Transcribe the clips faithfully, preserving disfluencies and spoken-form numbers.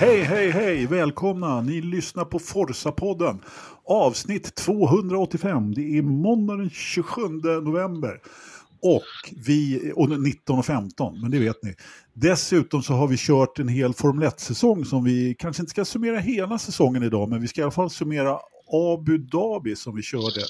Hej, hej, hej! Välkomna! Ni lyssnar på Forza-podden. Avsnitt tvåhundraåttiofem. Det är måndag den tjugosjunde november. Och vi, och nitton och femton, men det vet ni. Dessutom så har vi kört en hel Formel ett-säsong som vi kanske inte ska summera hela säsongen idag, men vi ska i alla fall summera Abu Dhabi som vi körde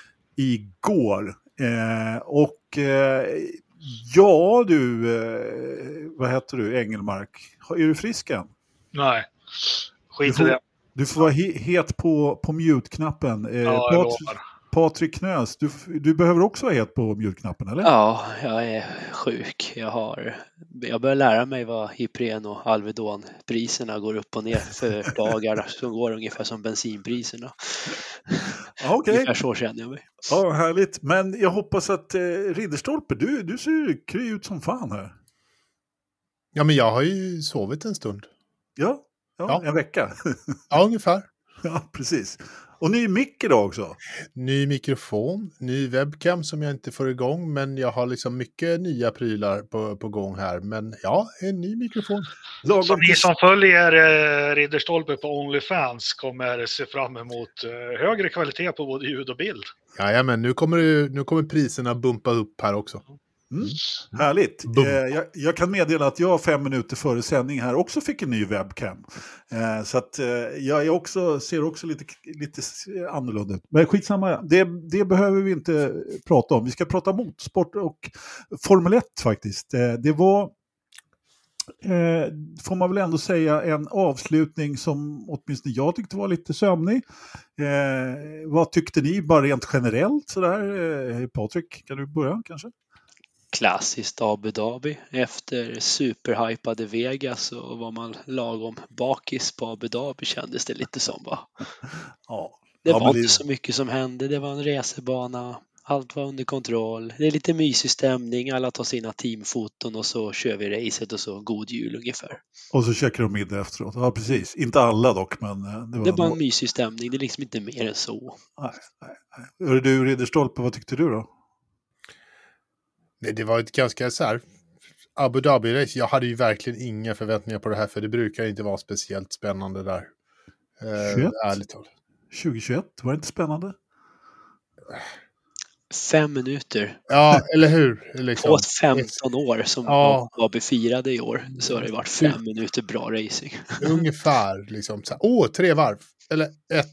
igår. Eh, och eh, ja du, eh, vad heter du, Engelmark? Är du frisk än? Nej, skit får, i det. Du får vara he- het på, på mute-knappen. Eh, Ja, jag lovar. Patrik Knös, du, du behöver också vara het på mute-knappen, eller? Ja, jag är sjuk. Jag har jag börjar lära mig vad Ipren och Alvedon-priserna går upp och ner för dagar som går ungefär som bensinpriserna. Ja, okej. Ungefär så känner jag mig. Ja, härligt. Men jag hoppas att eh, Ridderstolpe, du, du ser kry ut som fan här. Ja, men jag har ju sovit en stund. Ja, ja, Ja. en vecka. Ja, ungefär. Ja, precis. Och ny mick idag också. Ny mikrofon, ny webcam som jag inte får igång, men jag har liksom mycket nya prylar på, på gång här. Men ja, en ny mikrofon. Lagom Så ni till- som följer eh, Ridderstolpe på OnlyFans kommer se fram emot eh, högre kvalitet på både ljud och bild. Ja, men nu kommer, det, nu kommer priserna bumpa upp här också. Mm. Härligt. Boom. Eh, jag, jag kan meddela att jag fem minuter före sändning här också fick en ny webcam. Eh, så att eh, jag är också, ser också lite, lite annorlunda ut. Men skitsamma, det, det behöver vi inte prata om. Vi ska prata motorsport och Formel ett faktiskt. Eh, det var, eh, får man väl ändå säga, en avslutning som åtminstone jag tyckte var lite sömnig. Eh, vad tyckte ni bara rent generellt? Sådär? Eh, Patrik, kan du börja kanske? Klassiskt Abu Dhabi. Efter superhypade Vegas så var man lagom bakis på Abu Dhabi, kändes det lite som, va? Ja. Det Ja, var men inte det- så mycket som hände. Det var en resebana. Allt var under kontroll. Det är lite mysig stämning. Alla tar sina teamfoton och så kör vi racet och så god jul ungefär. Och så käkar de middag efteråt. Ja, precis. Inte alla dock, men eh, det var... Det är bara nå- en mysig stämning. Det är liksom inte mer än så. Nej, nej, nej. Hörru du, Ridderstolpe, vad tyckte du då? Nej, det var ett ganska så här Abu Dhabi-race. Jag hade ju verkligen inga förväntningar på det här, för det brukar inte vara speciellt spännande där. Eh, tjugoett? ärligt talat. tjugohundratjugoett, var det inte spännande? Fem minuter Ja, eller hur? Liksom. på femton år som Ja. A B firade i år, så har det varit fem minuter bra racing. Ungefär liksom så här, åh, tre varv. Eller ett.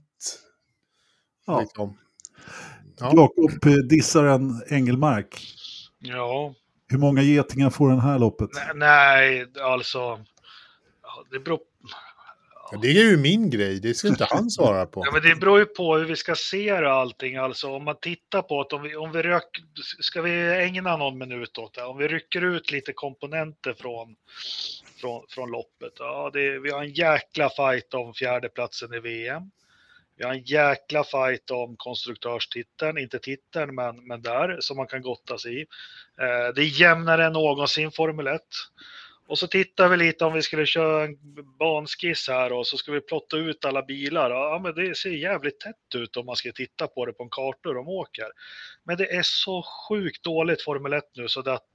Ja. Liksom. Ja. Jakob eh, dissar en Engelmark. Ja, Hur många getingar får den här loppet? nej, nej alltså. Ja, det beror Ja, det är ju min grej, det ska inte han svara på. Ja, men det beror ju på hur vi ska se det och allting. Alltså om man tittar på att om vi, om vi rök, ska vi ägna någon minut åt det? Om vi rycker ut lite komponenter från, från, från loppet. Ja, det, vi har en jäkla fight om fjärdeplatsen i V M. Vi har en jäkla fight om konstruktörstiteln, inte titeln men, men där som man kan gotta sig i. Eh, det är jämnare än någonsin Formel ett. Och så tittar vi lite om vi skulle köra en banskiss här och så ska vi plotta ut alla bilar. Ja, men det ser jävligt tätt ut om man ska titta på det på en karta hur de åker. Men det är så sjukt dåligt Formel ett nu så att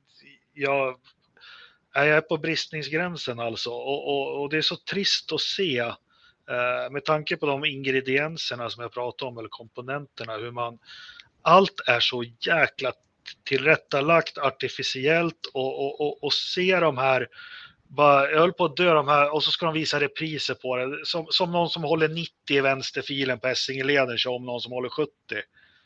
jag, jag är på bristningsgränsen alltså. Och, och, och det är så trist att se eh, med tanke på de ingredienserna som jag pratade om eller komponenterna hur man, allt är så jäkla tillrättalagt artificiellt och, och, och, och se de här bara, jag höll på att dö de här och så ska de visa repriser på det som, som någon som håller nittio i vänsterfilen på Essingeleden kör om någon som håller sjuttio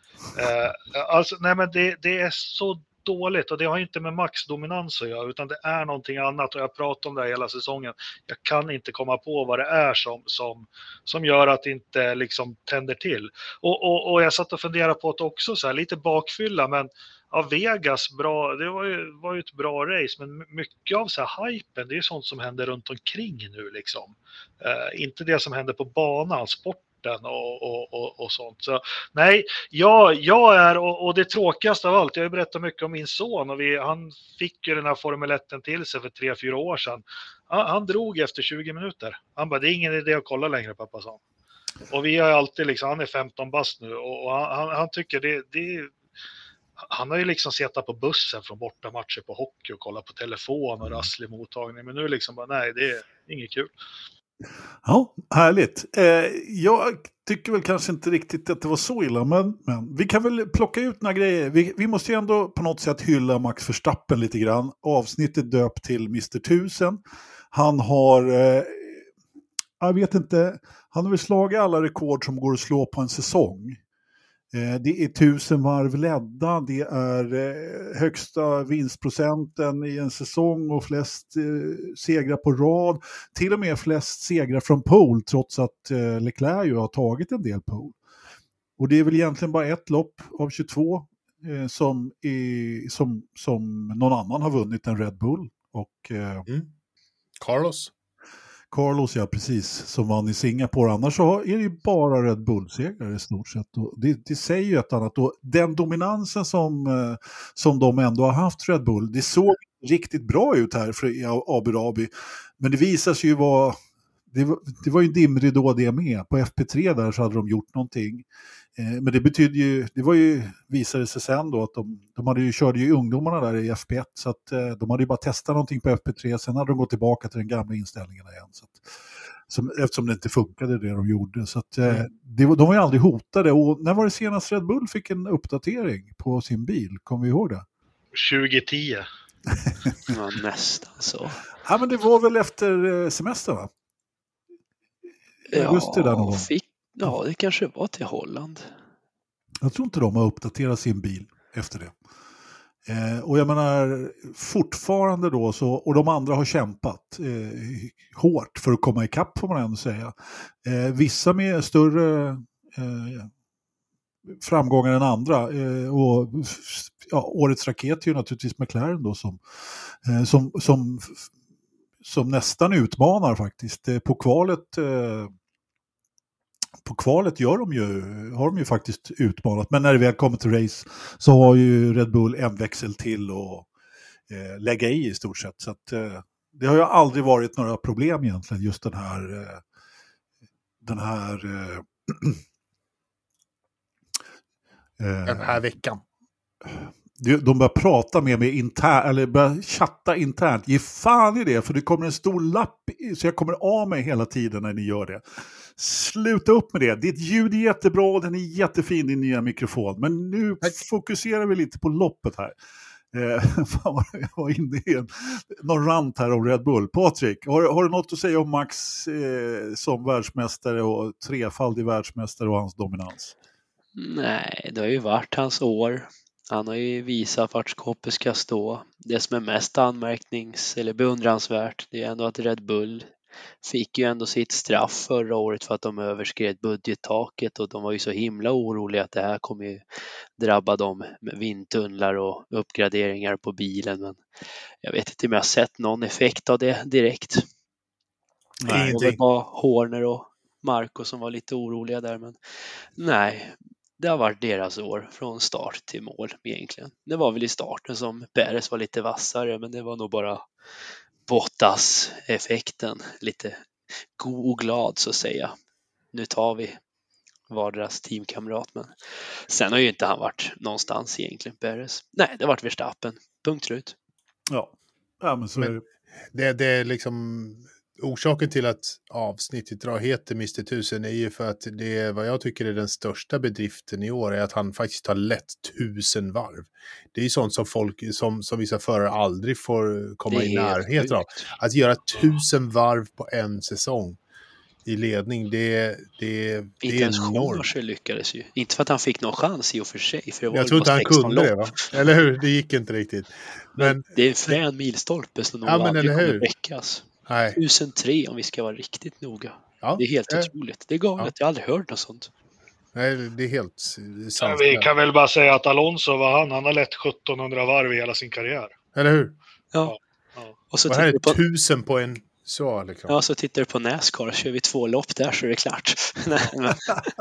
eh, alltså nej men det, det är så dåligt och det har inte med maxdominans att göra utan det är någonting annat och jag pratar om det här hela säsongen. Jag kan inte komma på vad det är som, som, som gör att det inte liksom tänder till och, och, och jag satt och funderade på det också så här, lite bakfylla men ja, Vegas, bra, det var ju, var ju ett bra race, men mycket av så här hypen, det är sånt som händer runt omkring nu liksom. Eh, inte det som händer på banan, sporten och, och, och, och sånt. Så nej, jag, jag är, och, och det tråkigaste av allt, jag har ju berättat mycket om min son och vi, han fick ju den här Formel ett till sig för tre, fyra år sedan. Han, han drog efter tjugo minuter. Han bara, det är ingen idé att kolla längre, pappa sa. Och vi har alltid liksom, han är femton bast nu och, och han, han tycker det, det han har ju liksom suttit på bussen från bortamatcher på hockey och kollat på telefon och Mm. rasslig mottagning. Men nu liksom bara, nej, det är inget kul. Ja, härligt. Eh, jag tycker väl kanske inte riktigt att det var så illa, men, men vi kan väl plocka ut några grejer. Vi, vi måste ju ändå på något sätt hylla Max Verstappen lite grann. Avsnittet döpt till mister Tusen. Han har, eh, jag vet inte, han har väl slagit alla rekord som går att slå på en säsong. Eh, det är tusen varv ledda, det är eh, högsta vinstprocenten i en säsong och flest eh, segrar på rad. Till och med flest segrar från pole, trots att eh, Leclerc ju har tagit en del pole. Och det är väl egentligen bara ett lopp av tjugotvå eh, som, är, som, som någon annan har vunnit än Red Bull. Och eh, Mm. Carlos. Carlos, ja precis, som vann i Singapore. Annars så är det ju bara Red Bull-segrar i stort sett. Och det, det säger ju ett annat. Och den dominansen som, eh, som de ändå har haft, Red Bull, det såg riktigt bra ut här för i Abu Dhabi. Men det visar sig ju vara, det var, det var ju en dimridå det med. På F P tre där så hade de gjort någonting. Eh, men det betyder ju, det var ju, visade sig sen då att de, de hade ju, körde ju ungdomarna där i F P ett, så att eh, de hade ju bara testat någonting på F P tre, sen hade de gått tillbaka till den gamla inställningen igen. Så att, som, eftersom det inte funkade det de gjorde. Så att, eh, det, de var ju aldrig hotade. Och när var det senast Red Bull fick en uppdatering på sin bil? Kommer vi ihåg det? tjugo tio. Ja, nästan så. Ja, men det var väl efter semestern, va? Augusti där någon gång. Fick, ja, det kanske var till Holland. Jag tror inte de har uppdaterat sin bil efter det. Eh, och jag menar, fortfarande då så, och de andra har kämpat eh, hårt för att komma ikapp, får man ändå säga. Eh, vissa med större eh, framgångar än andra. Eh, och ja, årets raket är ju naturligtvis McLaren då som, eh, som, som, som nästan utmanar faktiskt. Eh, på kvalet eh, På kvalet gör de ju, har de ju faktiskt utmanat. Men när det väl kommer till race så har ju Red Bull en växel till och eh, lägga i i stort sett. Så att, eh, det har ju aldrig varit några problem egentligen, just den här eh, den här eh, Den här veckan. De börjar prata med mig internt, eller börjar chatta internt. Ge fan i det, för det kommer en stor lapp så jag kommer av mig hela tiden när ni gör det. Sluta upp med det. Ditt ljud är jättebra och den är jättefin, din nya mikrofon. Men nu fokuserar vi lite på loppet här. Eh, jag var inne i en, någon rant här om Red Bull. Patrik, har, har du något att säga om Max eh, som världsmästare och trefaldig världsmästare och hans dominans? Nej, det har ju varit hans år. Han har ju visat vart skåpet ska stå. Det som är mest anmärknings- eller beundransvärt, det är ändå att Red Bull fick ju ändå sitt straff förra året för att de överskred budgettaket, och de var ju så himla oroliga att det här kommer ju drabba dem med vindtunnlar och uppgraderingar på bilen. Men jag vet inte om jag har sett någon effekt av det direkt. Nej, det var Horner och Marco som var lite oroliga där, men nej, det har varit deras år från start till mål egentligen. Det var väl i starten som Perez var lite vassare, men det var nog bara Bottas-effekten. Lite god och glad så att säga. Nu tar vi var deras teamkamrat, men sen har ju inte han varit någonstans egentligen, Perez. Nej, det har varit Verstappen. Punkt slut. Ja, ja men så men är det. Det, det är liksom orsaken till att avsnittet drar heter mister Tusen är ju för att det är vad jag tycker är den största bedriften i år är att han faktiskt har lett tusen varv. Det är ju sånt som folk, som, som vissa förare aldrig får komma i närheten av. Att göra tusen varv på en säsong i ledning, det, det, det inte är ens enormt. Schumacher lyckades ju. Inte för att han fick någon chans i och för sig. För det var jag tror inte han kunde det, va? Eller hur? Det gick inte riktigt. Men, men det är en frän milstolpe som nog ja, aldrig kommer bräckas. Nej. tusen tre om vi ska vara riktigt noga. Ja, det är helt eh, otroligt. Det är galet. ja. Jag har aldrig hört något sånt. Nej, det är helt sant. Vi kan väl bara säga att Alonso var han. Han har lett sjuttonhundra varv i hela sin karriär. Eller hur? Ja. ja. Och så och här är på... tusen på en så. Liksom. Ja, så tittar du på NASCAR. Kör vi två lopp där så är det klart. nej, men...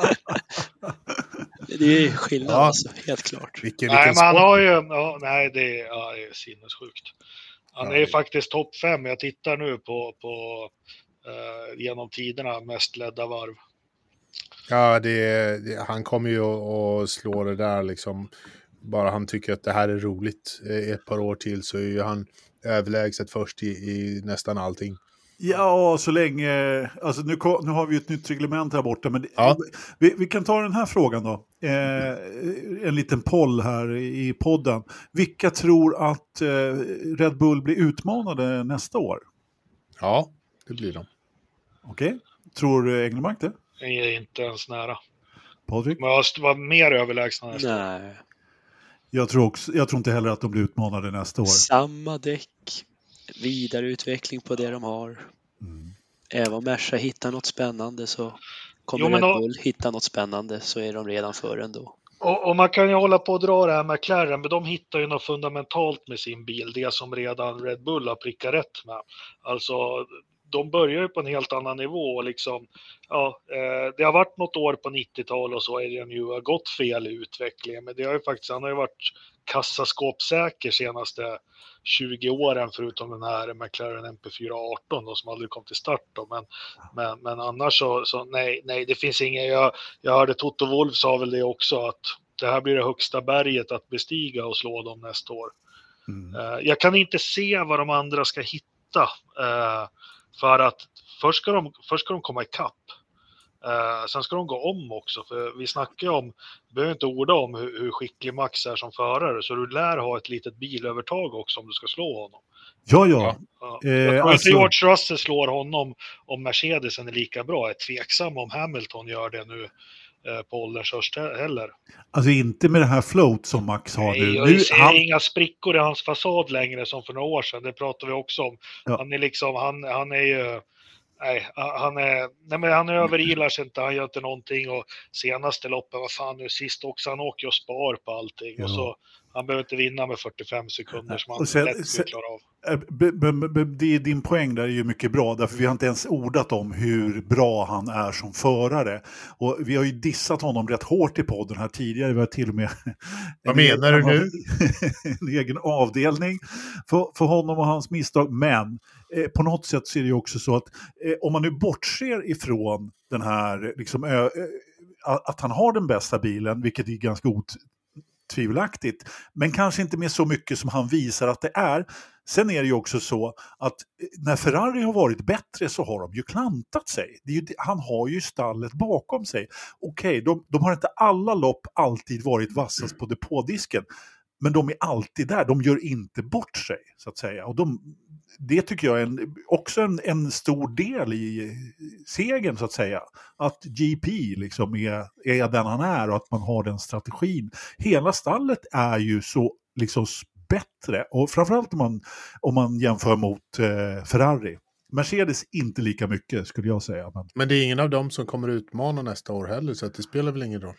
det är skillnad, ja. Alltså, helt klart. Vilken, nej, vilken men han har ju... Ja, nej, det är, ja, det är sinnessjukt. Han ja, är ju det... faktiskt topp fem. Jag tittar nu på, på uh, genom tiderna mest ledda varv. Ja, det, det, han kommer ju att slå det där liksom bara han tycker att det här är roligt ett par år till så är ju han överlägset först i, i nästan allting. Ja, så länge, alltså nu, nu har vi ett nytt reglement här borta, men ja. vi, vi kan ta den här frågan då. Eh, en liten poll här i podden. Vilka tror att eh, Red Bull blir utmanade nästa år? Ja, det blir de. Okej, okay. Tror Engelmark det? Jag är inte ens nära. Patrik? Men jag var mer överlägsna nästa Nej. år. Jag tror, också, jag tror inte heller att de blir utmanade nästa år. Samma däck. Vidareutveckling på det de har. Mm. Även om Merca hittar något spännande så kommer jo, Red Bull då... hitta något spännande så är de redan före ändå. Och, och man kan ju hålla på att dra det här med McLaren, men de hittar ju något fundamentalt med sin bil. Det som redan Red Bull har prickat rätt med. Alltså, de börjar ju på en helt annan nivå. Liksom, ja, eh, det har varit något år på nittiotalet och så är det ju har gått fel i utvecklingen. Men det har ju faktiskt, han har ju varit kassaskåpsäker senaste tjugo åren förutom den här McLaren M P fyra arton då, som aldrig kom till start då. Men, men, men annars så, så nej, nej, det finns inga, jag, jag hörde Toto Wolff sa väl det också att det här blir det högsta berget att bestiga och slå dem nästa år. Mm. Uh, jag kan inte se vad de andra ska hitta uh, för att först ska de, först ska de komma ikapp. Uh, sen ska de gå om också, för vi snackar ju om, vi behöver inte orda om hur, hur skicklig Max är som förare, så du lär ha ett litet bilövertag också om du ska slå honom. Ja, ja. ja. Uh, jag tror eh, alltså... inte George Russell slår honom om Mercedesen är lika bra. Jag är tveksam om Hamilton gör det nu uh, på ålderns höst heller. Alltså inte med det här float som Max har Nej, nu. Jag nu ser han... inga sprickor i hans fasad längre som för några år sedan, det pratar vi också om. Ja. Han är liksom, han, han är ju Nej, han är, nej men han överilar sig inte, han gör inte någonting och senaste loppen, vad fan nu sist också, han åker och spar på allting ja. Och så han behöver inte vinna med fyrtiofem sekunder som han sen, lätt skulle klara av. B- b- b- det är din poäng där är ju mycket bra, därför vi har inte ens ordat om hur bra han är som förare. Och vi har ju dissat honom rätt hårt i podden här tidigare, vi har till och med vad menar du nu? en egen avdelning för, för honom och hans misstag, men eh, på något sätt så är det ju också så att eh, om man nu bortser ifrån den här liksom, ö, ö, att han har den bästa bilen, vilket är ganska ot tvivelaktigt, men kanske inte med så mycket som han visar att det är. Sen är det ju också så att när Ferrari har varit bättre så har de ju klantat sig. Det är ju, han har ju stallet bakom sig. Okej, de, de har inte alla lopp alltid varit vassast på depådisken, men de är alltid där. De gör inte bort sig, så att säga. Och de, det tycker jag är en, också en, en stor del i segern, så att säga. Att G P liksom är, är den han är och att man har den strategin. Hela stallet är ju så liksom bättre, och framförallt om man, om man jämför mot eh, Ferrari. Mercedes inte lika mycket, skulle jag säga. Men... men det är ingen av dem som kommer utmana nästa år heller, så att det spelar väl ingen roll.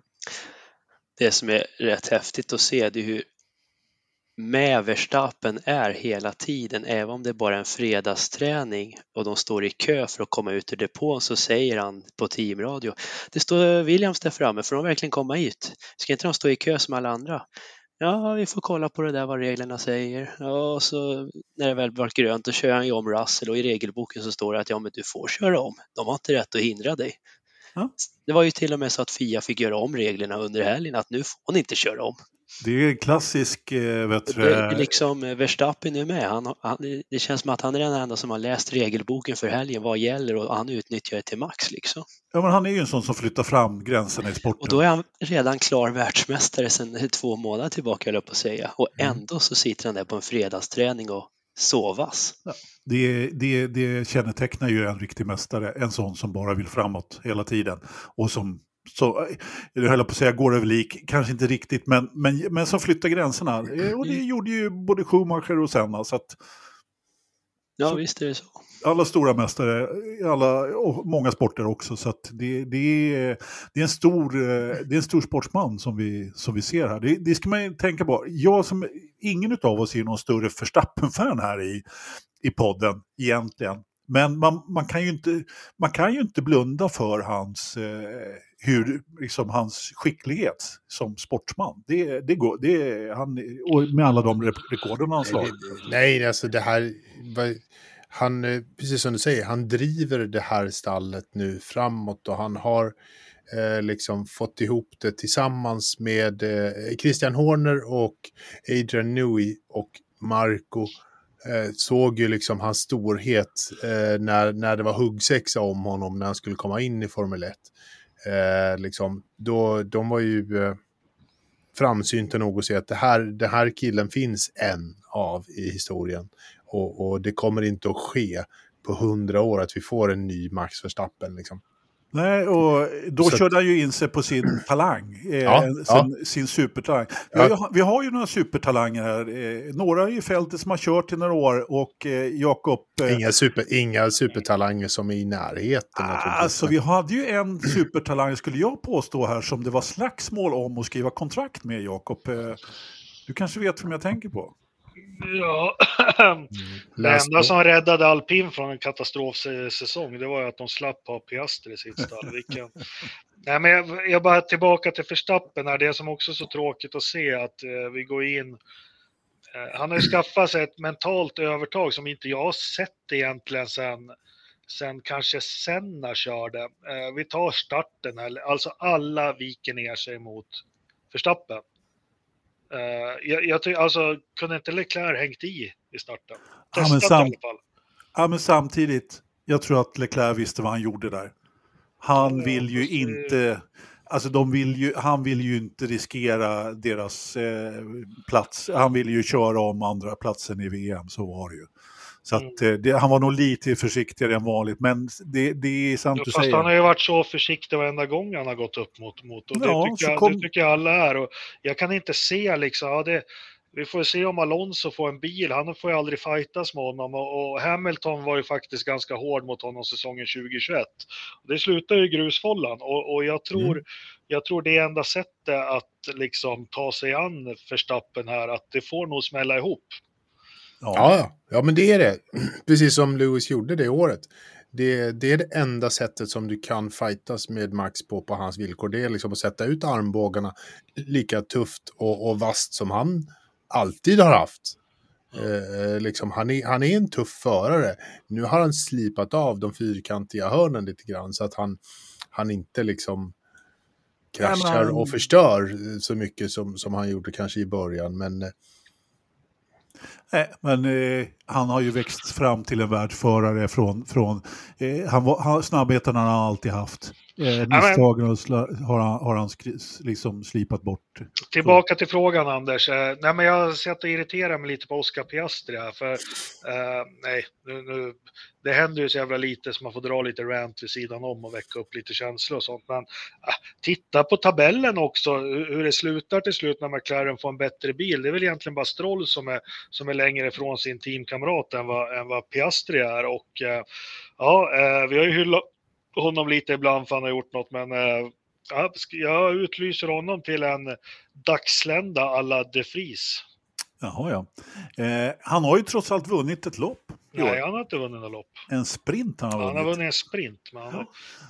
Det som är rätt häftigt att se, det är hur med Verstappen är hela tiden, även om det bara är en fredagsträning och de står i kö för att komma ut ur depån, så säger han på teamradio, det står Williams där framme, för de verkligen komma hit. Ska inte de stå i kö som alla andra? Ja, vi får kolla på det där vad reglerna säger. Ja, och så när det väl var grönt då kör han ju om Russell, och i regelboken så står det att ja, men du får köra om. De har inte rätt att hindra dig. Ja. Det var ju till och med så att F I A fick göra om reglerna under helgen, att nu får hon inte köra om. Det är en klassisk eh, vet du, det är liksom Verstappen är med. Han, han, det känns som att han är den enda som har läst regelboken för helgen vad gäller, och han utnyttjar det till max liksom. Ja, men han är ju en sån som flyttar fram gränserna i sporten. Och då är han redan klar världsmästare sedan två månader tillbaka, jag på att säga. Och ändå så sitter han där på en fredagsträning och sovas. Ja, det, det, det kännetecknar ju en riktig mästare. En sån som bara vill framåt hela tiden. Och som, så, jag höll på att säga går över lik, kanske inte riktigt, men, men, men som flyttar gränserna. Och det gjorde ju både Schumacher och Senna. Så att, ja, så, visst är det så. Alla stora mästare, alla, och många sporter också. Så att det, det, är, det, är en stor, det är en stor sportsman som vi, som vi ser här. Det, det ska man tänka på. Jag som, ingen av oss är någon större Verstappen-fan här i, i podden egentligen. Men man, man, kan ju inte, man kan ju inte blunda för hans, eh, hur, liksom hans skicklighet som sportsman. Det, det går, det, han, och med alla de rekorderna han slår. Nej, alltså det här... han, precis som du säger, han driver det här stallet nu framåt och han har eh, liksom fått ihop det tillsammans med eh, Christian Horner och Adrian Newey och Marco. Eh, såg ju liksom hans storhet eh, när, när det var huggsexa om honom när han skulle komma in i Formel ett. Eh, liksom, då, de var ju eh, framsynta nog att se att det här, det här killen finns en av i historien. Och, och det kommer inte att ske på hundra år att vi får en ny Max Verstappen liksom. Nej, och då Så körde han ju in sig på sin talang, eh, Ja, sin, ja. sin supertalang. Vi, Ja. har, ju- vi har ju några supertalanger här, eh, några i fältet som har kört i några år och eh, Jakob... Eh, Inga, super, inga supertalanger som är i närheten. naturligtvis. alltså vi hade ju en supertalang, skulle jag påstå här, som det var slagsmål om att skriva kontrakt med, Jakob. Eh, du kanske vet vem jag tänker på? Ja, det Läs enda på. som räddade alpin från en katastrofsäsong, det var ju att de slapp ha Piastri i sitt stall. Vilken... Nej, men jag, jag bara tillbaka till Verstappen här, det som också är så tråkigt att se att eh, vi går in. Eh, han har ju skaffat sig ett mentalt övertag som inte jag har sett egentligen sen, sen kanske Senna körde. Eh, vi tar starten här, alltså alla viker ner sig mot Verstappen. Uh, jag, jag tycker, alltså, kunde inte Leclerc hängt i i starten? Ja, men Testat sam- i alla fall. Ja, men samtidigt, jag tror att Leclerc visste vad han gjorde där. Han Ja, vill ju fast det- inte, alltså de vill ju, han vill ju inte riskera deras eh, plats. Han vill ju köra om andra platsen i V M, så var det ju. Så att eh, det, han var nog lite försiktigare än vanligt, men det, det är sant Ja, du fast säger. han har ju varit så försiktig varenda gång han har gått upp mot. mot och det, Ja, tycker så jag, kom- det tycker jag alla är. Och jag kan inte se liksom, ja, det, vi får se om Alonso får en bil. Han får ju aldrig fightas med honom. Och, och Hamilton var ju faktiskt ganska hård mot honom säsongen tjugohundratjugoett. Det slutar ju i grusfållan. Och, och jag, tror, Mm. jag tror det enda sättet att liksom ta sig an Verstappen här, att det får nog smälla ihop. Ja. Ja, ja. ja, men det är det. Precis som Lewis gjorde det året. Det, det är det enda sättet som du kan fightas med Max på, på hans villkor. Det är liksom att sätta ut armbågarna lika tufft och, och vast som han alltid har haft. Eh, liksom, han, är, han är en tuff förare. Nu har han slipat av de fyrkantiga hörnen lite grann så att han, han inte liksom kraschar Ja, men- och förstör så mycket som, som han gjorde kanske i början. Men eh, Nej, men eh, han har ju växt fram till en världsförare från, från eh, han var, han, snabbheten har han alltid haft. Eh, misstagen har, sla- har han, har han skri, liksom slipat bort. Tillbaka till frågan, Anders. Eh, nej, men jag sätter och irriterar mig lite på Oscar Piastri här, för eh, nej, nu, nu, det händer ju så jävla lite så man får dra lite rant vid sidan om och väcka upp lite känslor och sånt. Men eh, titta på tabellen också, hur hur det slutar till slut när McLaren får en bättre bil. Det är väl egentligen bara Stroll som är, som är längre ifrån sin teamkamrat än vad, än vad Piastri är. Och eh, ja, eh, vi har ju hyllat honom lite ibland för han har gjort något, men eh, ja, jag utlyser honom till en dagslända alla De Vries. Jaha, ja. Eh, han har ju trots allt vunnit ett lopp. i år. Nej, han har inte vunnit något lopp. En sprint han har Han vunnit. har vunnit en sprint. Men han har...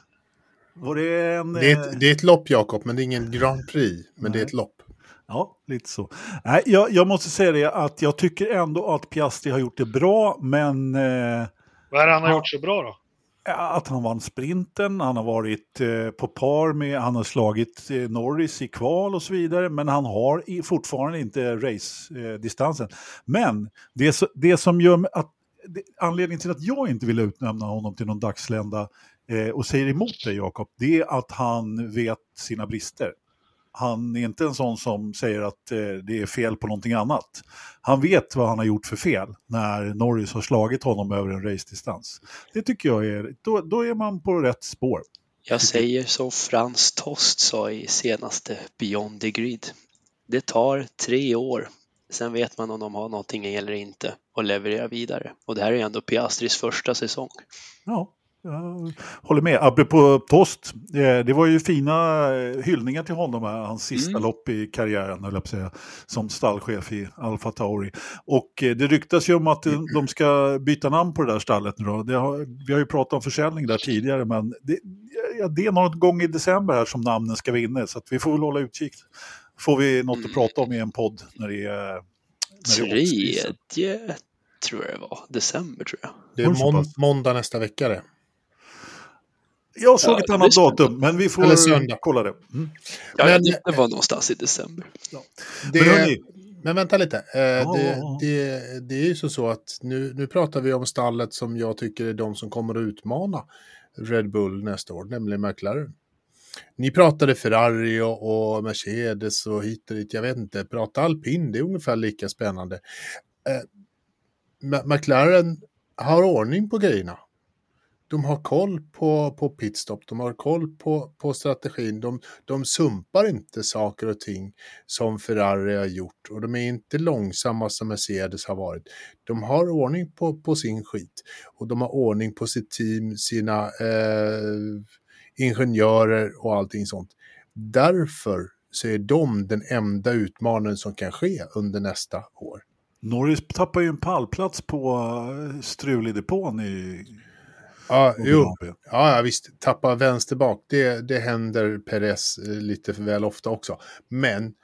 Var det en... det, är eh, ett, det är ett lopp, Jakob, men det är ingen Grand Prix. Men det är ett lopp. Ja, lite så. Nej, jag, jag måste säga det att jag tycker ändå att Piastri har gjort det bra, men eh, Vad är det han har Ja. gjort så bra då? att han vann sprinten, han har varit eh, på par med, han har slagit eh, Norris i kval och så vidare, men han har i, fortfarande inte race-distansen. Eh, men det, så- det som gör mig att, det, anledningen till att jag inte vill utnämna honom till någon dagslända eh, och säger emot dig, Jakob, det är att han vet sina brister. Han är inte en sån som säger att eh, det är fel på någonting annat. Han vet vad han har gjort för fel när Norris har slagit honom över en race-distans. Det tycker jag är, då, då är man på rätt spår. Jag säger som Frans Tost sa i senaste Beyond the Grid. Det tar tre år. Sen vet man om de har någonting eller inte och levererar vidare. Och det här är ändå Piastris första säsong. Ja, jag håller med. Apropå Tost, eh, det var ju fina eh, hyllningar till honom här, hans sista Mm. lopp i karriären, höll jag på att säga, som stallchef i Alfa Tauri. Och eh, det ryktas ju om att de, de ska byta namn på det där stallet nu då. Det har, vi har ju pratat om försäljning där tidigare, men det, ja, det är någon gång i december här som namnen ska vinna, så att vi får väl hålla utkik. Får vi något Mm. att prata om i en podd när det är... När det är årsvis. Tredje tror jag det var. December tror jag. Det Var är det så mån- pass? måndag nästa vecka det. Jag såg Ja, ett annat visst. datum, men vi Eller får söndag. kolla det. Mm. Ja, Men- det, det var någonstans i december. Det, Men hörni, men vänta lite. Eh, Ja, det, ja, ja. det, det är ju så, så att nu, nu pratar vi om stallet som jag tycker är de som kommer att utmana Red Bull nästa år, nämligen McLaren. Ni pratade Ferrari och, och Mercedes och hit och dit, jag vet inte. Prata alpin, det är ungefär lika spännande. Eh, Ma- McLaren har ordning på grejerna. De har koll på, på pitstop, de har koll på, på strategin, de, de sumpar inte saker och ting som Ferrari har gjort och de är inte långsamma som Mercedes har varit. De har ordning på, på sin skit och de har ordning på sitt team, sina eh, ingenjörer och allting sånt. Därför så är de den enda utmanaren som kan ske under nästa år. Norris tappar ju en pallplats på eh, Strulidepån i Ja, jo. Abu Dhabi. Ja, ja, visst. Tappa vänster bak. Det, det händer Perez eh, lite för väl ofta också. Men eh,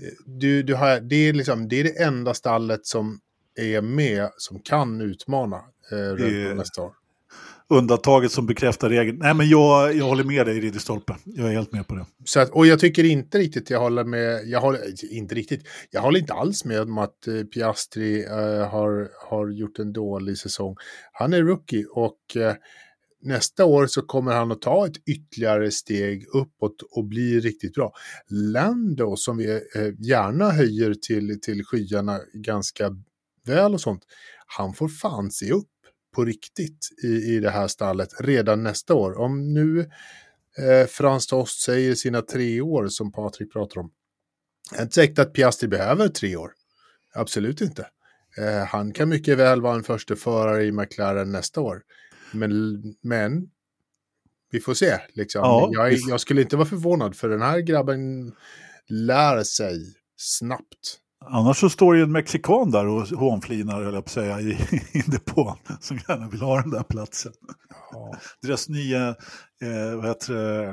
du, du har, det, är liksom, det är det enda stallet som är med som kan utmana eh, Red Bull Det- nästa år. Undantaget som bekräftar regeln. Nej, men jag, jag håller med dig, Ridderstolpe. Jag är helt med på det. Så att, och jag tycker inte riktigt jag håller med, jag håller inte riktigt, jag håller inte alls med om att eh, Piastri eh, har, har gjort en dålig säsong. Han är rookie och eh, nästa år så kommer han att ta ett ytterligare steg uppåt och bli riktigt bra. Lando som vi eh, gärna höjer till, till skyarna ganska väl och sånt, han får fan se upp på riktigt i, i det här stallet redan nästa år. Om nu eh, Frans Tost säger sina tre år som Patrik pratar om. Jag är inte säkert att Piastri behöver tre år. Absolut inte. Eh, han kan mycket väl vara en första förare i McLaren nästa år. Men, men vi får se. Liksom. Ja, jag, vi får- jag skulle inte vara förvånad för den här grabben lär sig snabbt. Annars så står ju en mexikan där och hånflinar, höll jag på att säga, i, i depån som gärna vill ha den där platsen. Ja. Deras nya, eh, vad heter det,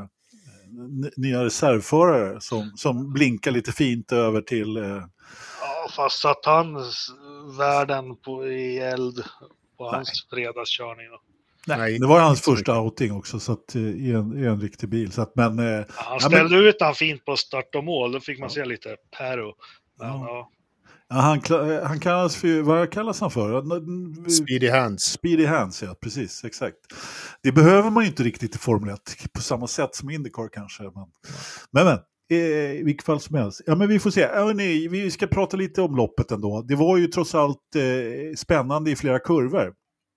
n- nya reservförare som, som blinkar lite fint över till... Eh, Ja, fast satt han s- världen på, i eld på Nej. hans fredagskörning då. nej, Nej, det var hans inte så första outing också, så att, eh, i, en, i en riktig bil. Så att, men, eh, Ja, han Ja, ställde ut han fint på start och mål, då fick man Ja. se lite Perro. Men, Ja. ja. ja, han, kla- han kallas för, vad kallas han för? N- Speedy hands. Speedy hands, ja, precis, exakt. Det behöver man ju inte riktigt i Formel ett på samma sätt som Indycar kanske. Men, men, men eh, i vilket fall som helst. Ja, men vi får se. Ja, nej, vi ska prata lite om loppet ändå. Det var ju trots allt eh, spännande i flera kurvor.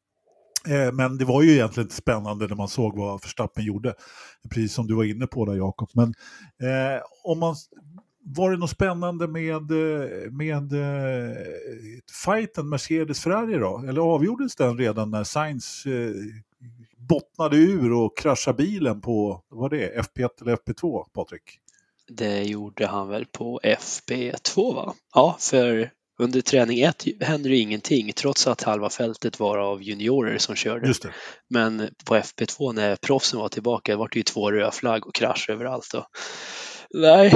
Eh, men det var ju egentligen inte spännande när man såg vad Verstappen gjorde. Precis som du var inne på där, Jakob. Men eh, om man... Var det något spännande med, eh, med eh, fighten Mercedes-Ferrari då? Eller avgjordes den redan när Sainz eh, bottnade ur och kraschade bilen på, vad var det, F P ett eller F P två, Patrik? Det gjorde han väl på F P två va? Ja, för under träning ett hände det ingenting trots att halva fältet var av juniorer som körde. Just det. Men på F P två när proffsen var tillbaka var det ju två rödflagg och krasch överallt. Och... Nej,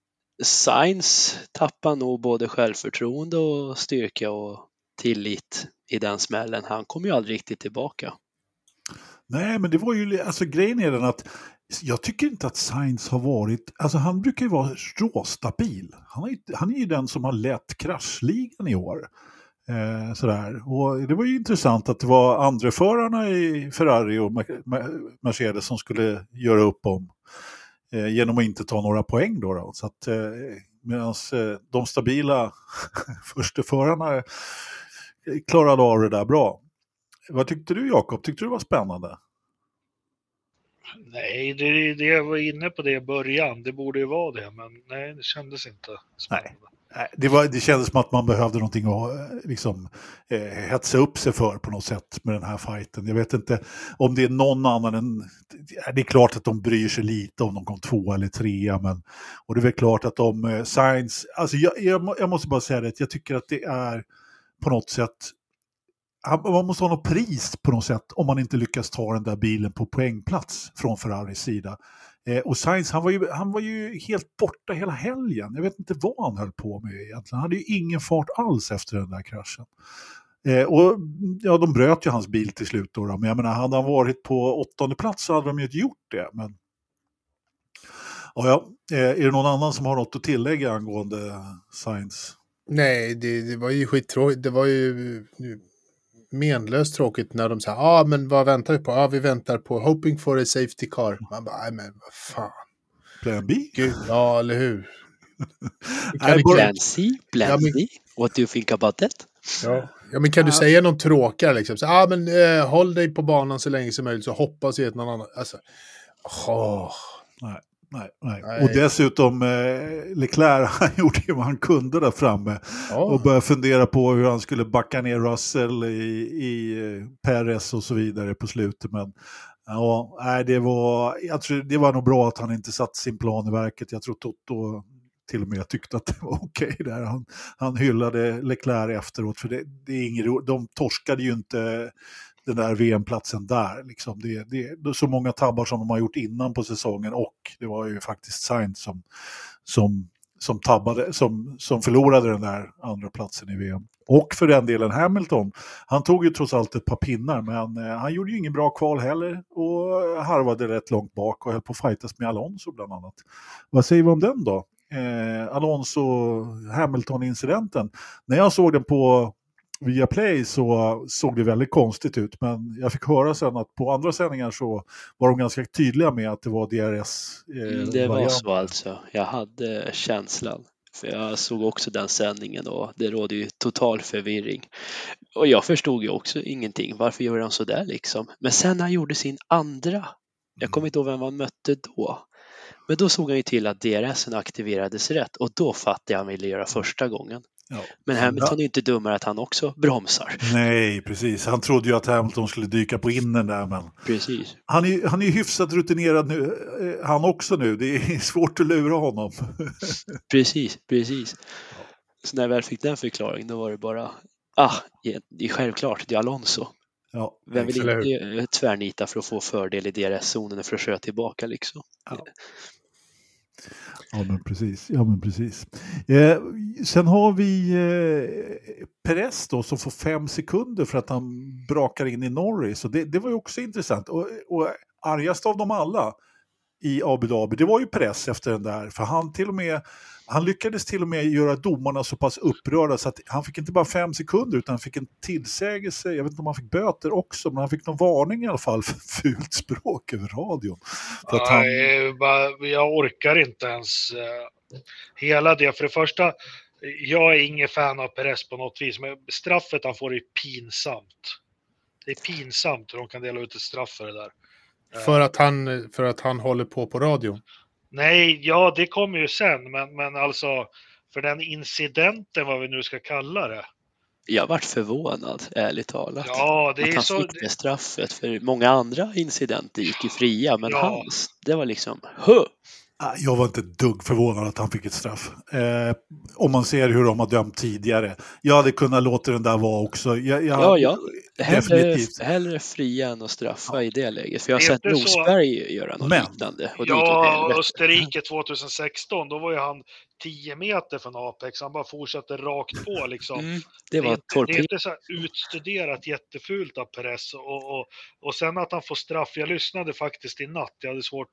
Sainz tappar nog både självförtroende och styrka och tillit i den smällen. Han kom ju aldrig riktigt tillbaka. Nej, men det var ju, alltså grejen är den att jag tycker inte att Sainz har varit, alltså han brukar ju vara råstabil. Han är, han är ju den som har lett kraschligan i år. Eh, sådär. Och det var ju intressant att det var andreförarna i Ferrari och Mercedes som skulle göra upp om eh, genom att inte ta några poäng då. då. Så att eh, medan eh, de stabila försteförarna klarade av det där bra. Vad tyckte du, Jakob? Tyckte du det var spännande? Nej, det, det jag var inne på det i början. Det borde ju vara det, men nej, det kändes inte spännande. Nej, det, var, det kändes som att man behövde någonting att liksom, eh, hetsa upp sig för på något sätt med den här fighten. Jag vet inte om det är någon annan än... Det är klart att de bryr sig lite om de kom två eller trea, men... Och det är väl klart att de... Eh, Sainz... Alltså jag, jag, jag måste bara säga det, jag tycker att det är på något sätt... Man måste ha något pris på något sätt om man inte lyckas ta den där bilen på poängplats från Ferraris sida. Eh, och Sainz, han var, ju, han var ju helt borta hela helgen. Jag vet inte vad han höll på med egentligen. Han hade ju ingen fart alls efter den där kraschen. Eh, och ja, de bröt ju hans bil till slut då, då. Men jag menar, hade han varit på åttonde plats så hade de ju inte gjort det. Men ja, ja. Eh, är det någon annan som har något att tillägga angående Sainz? Nej, det, det var ju skittråkigt. Det var ju menlöst tråkigt när de sa, ja ah, men vad väntar vi på? Ja, ah, vi väntar på hoping for a safety car. Man bara, nej men vad fan. Plan B? Gud, ja, eller hur? Nej, Plan C? Plan Ja, men- D? What do you think about that? Ja. Ja, men kan du säga någon tråkigare liksom? Ja, ah, men eh, håll dig på banan så länge som möjligt så hoppas vi att någon annan... Alltså, åh. Nej. Nej, nej. Nej. Och dessutom eh, Leclerc, han gjorde ju vad han kunde där framme. Ja. Och började fundera på hur han skulle backa ner Russell i, i eh, Perez och så vidare på slutet. Men ja, nej, det, var, jag tror, det var nog bra att han inte satt sin plan i verket. Jag tror Toto till och med tyckte att det var okej där. Han, han hyllade Leclerc efteråt. För det, det är ingen ro, de torskade ju inte den där V M-platsen där. Liksom. Det, det, det är så många tabbar som de har gjort innan på säsongen, och det var ju faktiskt Sainz som, som, som, tabbade, som, som förlorade den där andra platsen i V M. Och för den delen Hamilton, han tog ju trots allt ett par pinnar, men eh, han gjorde ju ingen bra kval heller och harvade rätt långt bak och höll på att fightas med Alonso bland annat. Vad säger vi om den då? Eh, Alonso-Hamilton-incidenten. När jag såg den på via Play så såg det väldigt konstigt ut, men jag fick höra sen att på andra sändningar så var de ganska tydliga med att det var D R S. Eh, Mm, det var variant. så alltså. Jag hade känslan. För jag såg också den sändningen och det rådde ju total förvirring. Och jag förstod ju också ingenting. Varför gjorde han så där liksom? Men sen när han gjorde sin andra, jag kommer inte ihåg vem han mötte då. Men då såg han ju till att D R S:en aktiverades rätt och då fattade jag han ville göra första gången. Ja. Men Hamilton är ju inte dummare att han också bromsar. Nej, precis. Han trodde ju att Hamilton skulle dyka på innen där, men Precis. han är, han är ju hyfsat rutinerad nu, eh, han också nu. Det är svårt att lura honom. Precis, precis. Så när jag väl fick den förklaringen då var det bara, ah, det är självklart, det är Alonso. Ja, Vem vill eller inte tvärnita för att få fördel i D R S-zonen för att köra tillbaka liksom? Ja. Ja, men precis. Ja, men precis. Eh, sen har vi eh, Perez då, som får fem sekunder för att han brakar in i Norris. Och det, det var ju också intressant. Och, och argast av dem alla i Abu Dhabi, det var ju Perez efter den där. För han till och med, han lyckades till och med göra domarna så pass upprörda så att han fick inte bara fem sekunder utan han fick en tillsägelse. Jag vet inte om han fick böter också, men han fick någon varning i alla fall för fult språk över radion. För att han... Nej, bara- jag orkar inte ens eh, hela det. För det första, jag är ingen fan av Perez på något vis, men straffet han får är pinsamt. Det är pinsamt hur de kan dela ut ett straff för det där. För att han, för att han håller på på radion. Nej, ja det kommer ju sen, men, men alltså för den incidenten, vad vi nu ska kalla det. Jag varit förvånad, ärligt talat. Ja, det att är han så... fick det straffet. För många andra incidenter gick ju fria, men Ja. hans, det var liksom, huh! Jag var inte ett dugg förvånad att han fick ett straff. Eh, om man ser hur de har dömt tidigare. Jag hade kunnat låta den där vara också. Jag, jag, Ja, ja. Hellre, definitivt. hellre fria än att straffa i det läget. För jag har Det är sett inte så- Rosberg göra något Men- liknande. Och det gick åt Ja, helvete. Österrike tjugohundrasexton, då var ju han tio meter från Apex. Han bara fortsatte rakt på liksom. Mm, det Det var är, inte, det är torped. inte så här utstuderat jättefult av Perez. Och, och, och sen att han får straff. Jag lyssnade faktiskt i natt. Jag hade svårt.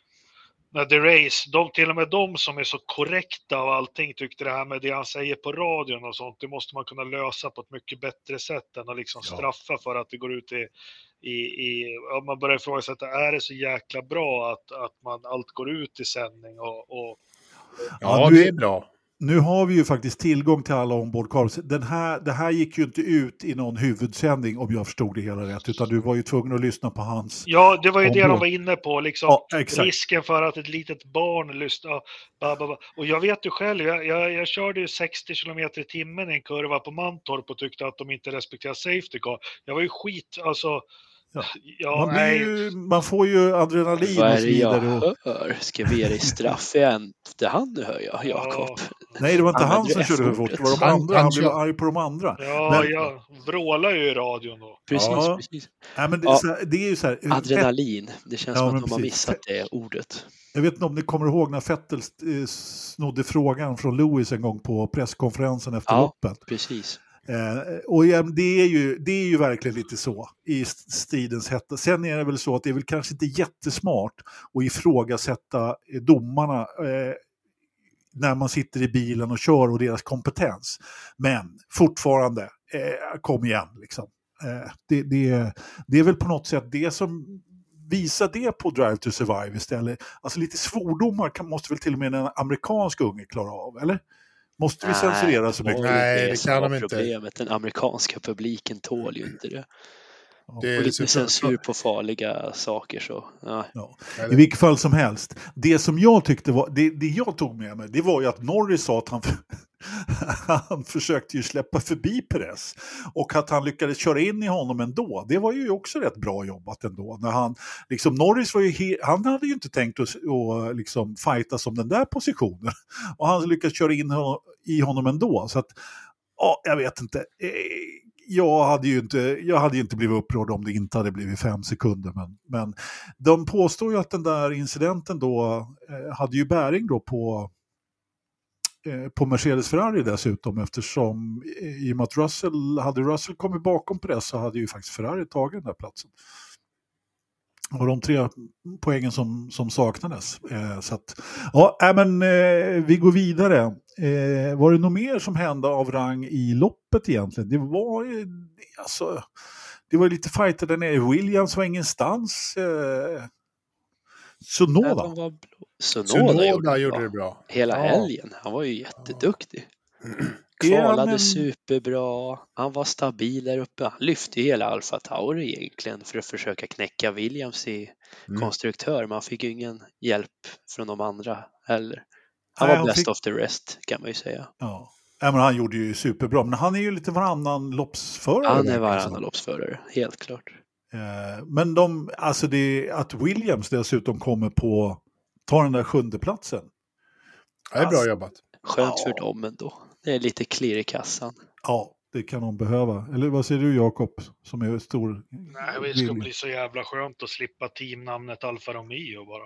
När The Race, de, till och med de som är så korrekta av allting tyckte det här med det han säger på radion och sånt, det måste man kunna lösa på ett mycket bättre sätt än att liksom Ja. straffa för att det går ut i, i, i om man börjar ifrågasätta, är det så jäkla bra att, att man allt går ut i sändning och, och Ja, Ja, nu- det är bra. Nu har vi ju faktiskt tillgång till alla ombordkameror. Den här, det här gick ju inte ut i någon huvudsändning om jag förstod det hela rätt. Utan du var ju tvungen att lyssna på hans... ja, det var ju det Ombord. de var inne på liksom. Ja, exakt. Risken för att ett litet barn lyssnar. Ba, ba, ba. Och jag vet ju själv, jag, jag, jag körde ju sextio kilometer i timmen i en kurva på Mantorp och tyckte att de inte respekterar safety car. Jag var ju skit, alltså. Ja. Ja, Man, blir nej. ju, man får ju adrenalin Vad och är så det jag vidare. Och, hör? Ska vi ge dig straff igen? Det han nu hör jag, Jakob. nej, det var inte Han han hade som ju körde för fort. Det var de Han- andra. han Han blev kör- arg på de andra. Ja, Men- jag vrålar ju i radion då. Precis, Ja. precis. Nej, men det, Ja. så här, det är ju så här... Adrenalin. Det känns Ja, som men att de har precis. missat det ordet. Jag vet inte om ni kommer ihåg när Vettel eh, snodde frågan från Lewis en gång på presskonferensen efter Ja. loppet. Precis. Eh, och ja, det, är ju, det är ju verkligen lite så i stridens hetta. Sen är det väl så att det är väl kanske inte jättesmart att ifrågasätta domarna eh, när man sitter i bilen och kör och deras kompetens. Men fortfarande, eh, kom igen liksom. Eh, det, det, det är väl på något sätt det som visar det på Drive to Survive istället. Alltså lite svordomar kan, måste väl till och med en amerikansk unge klara av, eller? Måste vi censurera så mycket? Nej, det, det kan de inte. Problemet. Den amerikanska publiken tål ju inte det. Det är och lite så censur på farliga saker så. Ja. Ja. I vilket fall som helst. Det som jag tyckte var, det, det jag tog med mig, det var ju att Norris sa att han, han försökte ju släppa förbi Perez. Och att han lyckades köra in i honom ändå. Det var ju också rätt bra jobbat ändå. När han, liksom, Norris var ju, he, han hade ju inte tänkt att, att liksom fighta som den där positionen. Och han lyckades köra in i honom ändå. Så att, ja, jag vet inte. Jag hade ju inte, jag hade ju inte blivit upprörd om det inte hade blivit fem sekunder. Men, men de påstår ju att den där incidenten då eh, hade ju bäring då på, eh, på Mercedes-Ferrari dessutom. Eftersom eh, i och med att Russell, hade Russell kommit bakom på det så hade ju faktiskt Ferrari tagit den där platsen. Och de tre poängen som, som saknades. Eh, så att, ja, äh, men eh, vi går vidare. Eh, var det något mer som hände av rang i loppet egentligen? Det var ju alltså, det var lite fighter där nere. Williams var ingenstans. Eh, Sonoda. Ja, var Sonoda, Sonoda gjorde, gjorde det det bra. Hela ja. helgen. Han var ju jätteduktig. Ja, Kvalade men... superbra. Han var stabil där uppe. Han lyfte hela Alfa Tauri egentligen för att försöka knäcka Williams i mm. konstruktör. Man fick ju ingen hjälp från de andra heller. Han Nej, var best fick... of the rest kan man ju säga. Ja. Ja, men han gjorde ju superbra. Men han är ju lite varannan loppsförare. Han är varannan loppsförare, helt klart. Eh, men de, alltså det, att Williams dessutom kommer på ta den där sjunde platsen. Det är bra alltså, jobbat. Skönt ja. för dem ändå. Det är lite klirr i kassan. Ja, det kan de behöva. Eller vad säger du, Jakob, som är stor? Nej, det ska bli så jävla skönt att slippa teamnamnet Alfa Romeo bara.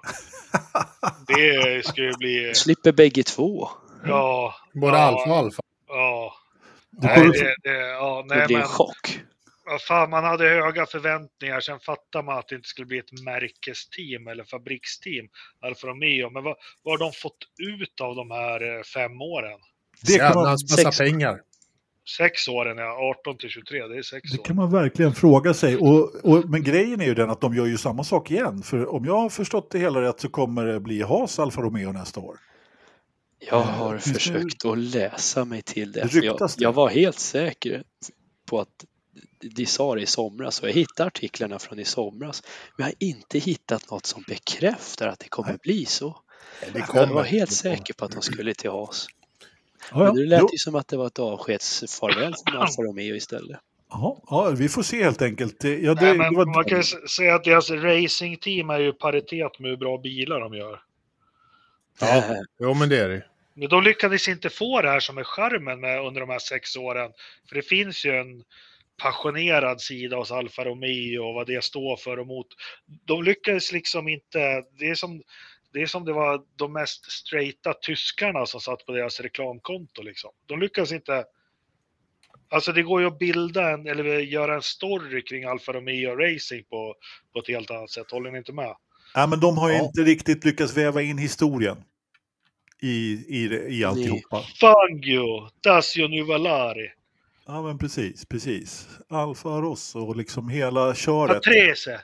Det ska ju bli... Slipper bägge två. Ja. Både ja, Alfa och Alfa. Ja. Nej, det, det, ja, nej, det blir en men, chock. Ja, fan, man hade höga förväntningar. Sen fattar man att det inte skulle bli ett märkesteam eller fabriksteam Alfa Romeo. Men vad, vad har de fått ut av de här fem åren? Det kan man massa sex, pengar. Sex åren, ja. arton till tjugotre, det är sex det år. Det kan man verkligen fråga sig. Och, och, men grejen är ju den att de gör ju samma sak igen. För om jag har förstått det hela rätt så kommer det bli Haas Alfa Romeo nästa år. Jag har Finns försökt det... att läsa mig till det. det jag, jag var helt säker på att de sa det i somras. Och jag hittade artiklarna från i somras. Men jag har inte hittat något som bekräftar att det kommer Nej. bli så. Det kommer. Jag var helt säker på att de skulle till Haas. Ja, ja. Men det lät jo. ju som att det var ett avskedsfarväl från Alfa Romeo istället. Jaha, ja, vi får se helt enkelt. Ja, det, Nej, men det var... man kan säga att deras racingteam är ju paritet med hur bra bilar de gör. Ja, jo, men det är det. Men de lyckades inte få det här som är charmen med under de här sex åren. För det finns ju en passionerad sida hos Alfa Romeo och vad det står för och mot. De lyckades liksom inte, det är som, det är som det var de mest straighta tyskarna som satt på deras reklamkonto liksom. De lyckades inte, alltså det går ju att bilda en, eller göra en story kring Alfa Romeo Racing på, på ett helt annat sätt, håller ni inte med? Ja, men de har ju ja. inte riktigt lyckats väva in historien i, i, i alltihopa. Fangio, Tasio Nuvalari. Ja, men precis, precis. Alfa Rosso och liksom hela köret. Patrese.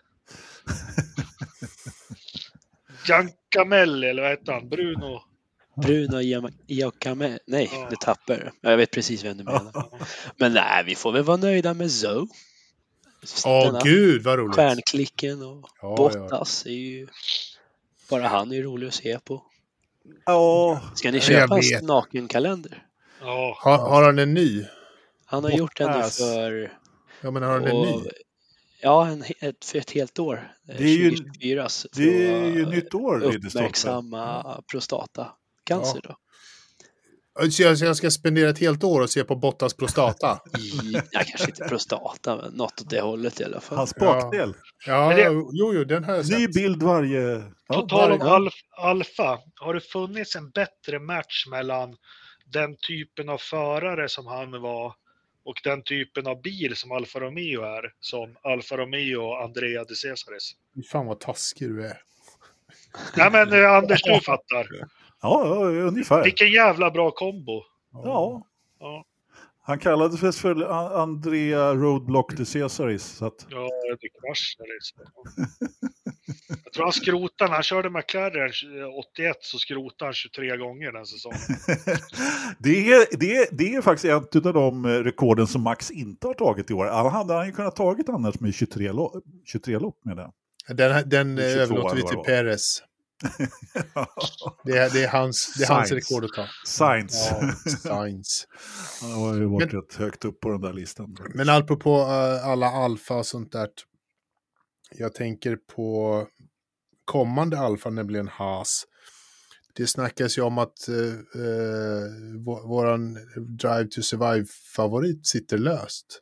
Giancamelli, eller vad heter han? Bruno. Bruno Giacomelli. Nej, ja. Det tappar. Jag vet precis vem du menar. Ja. Men nej, vi får väl vara nöjda med Zoe. Åh oh, gud, vad roligt. Stjärnklicken och ja, Bottas ja. är ju... Bara han är rolig att se på. Ja. Ska ni köpa en nakenkalender? Ja. Har, har han en ny? Han har Bottas. Gjort den nu för... Ja, men har han en ny? Ja, en, ett, för ett helt år. Det är ju, tjugofyra, det är ju nytt år. Uppmärksamma prostatacancer då. Så jag, jag ska spendera ett helt år och se på Bottas prostata? Ja, kanske inte prostata, men något åt det hållet i alla fall. Hans bakdel. Ja, ja det, jo, jo, den har jag sett. Ny bild varje... På tal om alf, Alfa, har det funnits en bättre match mellan den typen av förare som han var och den typen av bil som Alfa Romeo är, som Alfa Romeo och Andrea De Cesaris. Fan vad taskig du är. Nej men eh, Anders, du fattar. Ja, ja, ungefär. Vilken jävla bra kombo. Ja. Ja, Han kallades för A- Andrea Roadblock de Cesaris. Så att... ja det kraschade liksom. Jag tror han skrotade, när han körde McLaren åttioett så skrotade han tjugotre gånger den säsongen. det, är, det, är, det är faktiskt ett av de rekorden som Max inte har tagit i år. Han hade han ju kunnat tagit annars med tjugotre, lo- tjugotre lopp med det. Den, den tjugotvå överlåter vi eller till vad det var. Perez. Det är, det är hans, det är hans Sainz. rekord att ta. Sainz. Ja, Sainz. Han har ju varit Men- rätt högt upp på den där listan. Men apropå uh, alla alfa och sånt där. Jag tänker på kommande alfa, nämligen Haas. Det snackas ju om att uh, uh, vår, våran Drive to Survive-favorit sitter löst.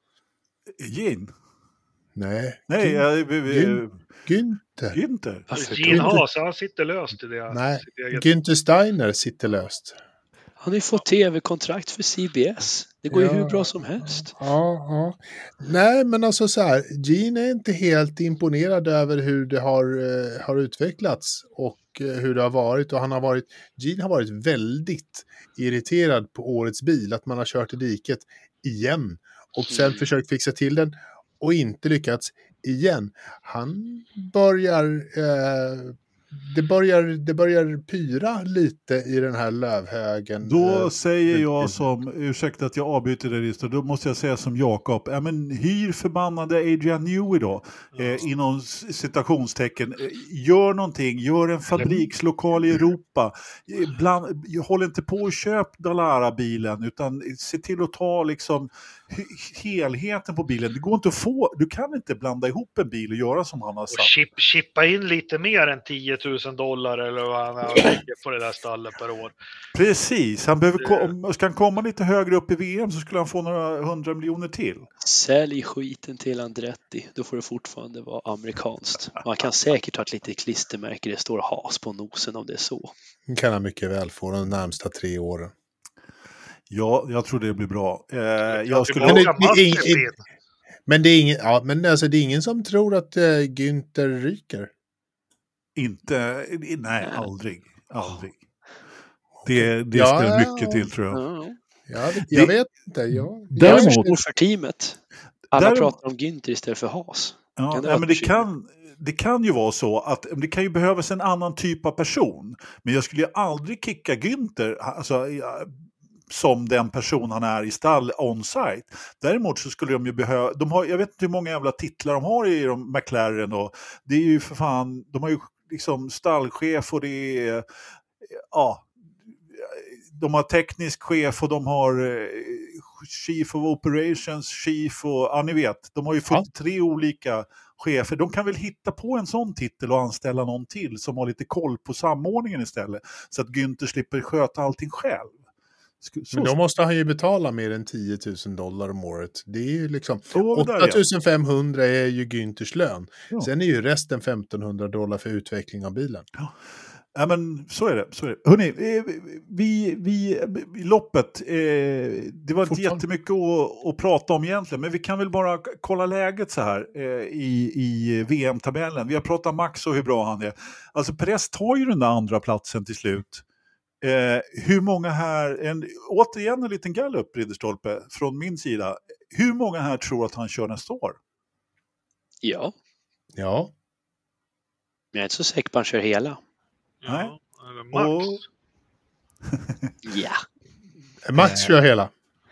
Gin? Nej. Nej, Gyn- jag, vi, vi, Gyn- Günther. Günther. Varför Gene då? Haas, han sitter löst i det. Nej, sitt eget- Günther Steiner sitter löst. Han har ju fått tv-kontrakt för C B S. Det går ju Ja. hur bra som helst. Ja, ja. Nej, men alltså så här, Gene är inte helt imponerad över hur det har, eh, har utvecklats och eh, hur det har varit. Och han har varit, Gene har varit väldigt irriterad på årets bil, att man har kört i diket igen. Och sen Mm. försökt fixa till den och inte lyckats igen. Han börjar... Eh, det börjar, det börjar pyra lite i den här lövhögen. Då Eh, säger jag men- som, ursäkta att jag avbryter det listan, då måste jag säga som Jakob, ja men hyr förbannade Adrian Newey då, eh, inom s- citationstecken, eh, gör någonting, gör en fabrikslokal i Europa, eh, bland, håll inte på och köp Dallara-bilen, utan se till att ta liksom he- helheten på bilen, det går inte att få, du kan inte blanda ihop en bil och göra som han har Och sagt. chip, chippa in lite mer än tio tusen dollar eller vad han har lägger på det där stallet per år. Precis, han behöver, Det- ko- ska han komma lite högre upp i V M så skulle han få några hundra miljoner till. Sälj skiten till Andretti. Då får det fortfarande vara amerikanskt. Man kan säkert ha ett litet klistermärke. Det står Haas på nosen om det är så. Det kan han mycket väl få de närmsta tre åren. Ja, jag tror det blir bra. Eh, jag skulle... Men det- Tillbaka det är ing- Mazepin. Men det är ingen, ja, men alltså, det är ingen som tror att uh, Günther ryker. Inte, nej, aldrig. Aldrig. Det, det Ja, ska ja, mycket ja. till tror jag. Ja. Jag, vet- jag vet inte. Jag, Jag Däremot- förstår för teamet. Alla Däremot- pratar om Günther istället för Haas. Ja, Kan det nej, vara men ett det, bekymmer? kan, det kan ju vara så att det kan ju behövas en annan typ av person. Men jag skulle ju aldrig kicka Günther alltså, ja, som den person han är i stall on-site. Däremot så skulle de ju behöva, de har, jag vet inte hur många jävla titlar de har i de McLaren och det är ju för fan, de har ju liksom stallchef och det är, ja, de har teknisk chef och de har eh, chief of operations, chief och, ja ni vet, de har ju fyrtiotre olika chefer. De kan väl hitta på en sån titel och anställa någon till som har lite koll på samordningen istället. Så att Günther slipper sköta allting själv. Sk- Så, men då måste han ju betala mer än tio tusen dollar om året. Det är ju liksom, Då var vi där åtta igen. tusen femhundra är ju Günthers lön. Ja. Sen är ju resten femtonhundra dollar för utveckling av bilen. Ja, men så är det. Så är det. Hörrni, eh, vi, vi, vi, loppet, eh, det var inte Fortfarande. jättemycket att, att prata om egentligen, men vi kan väl bara k- kolla läget så här eh, i, i V M-tabellen. Vi har pratat Max och hur bra han är. Alltså Perez tar ju den där andra platsen till slut. Eh, hur många här, en, återigen en liten gallup, Ridderstolpe, från min sida. Hur många här tror att han kör nästa år? Ja, Ja, men jag är inte så säker på att han kör hela. Ja, eller Max. Och- Ja. Max kör hela.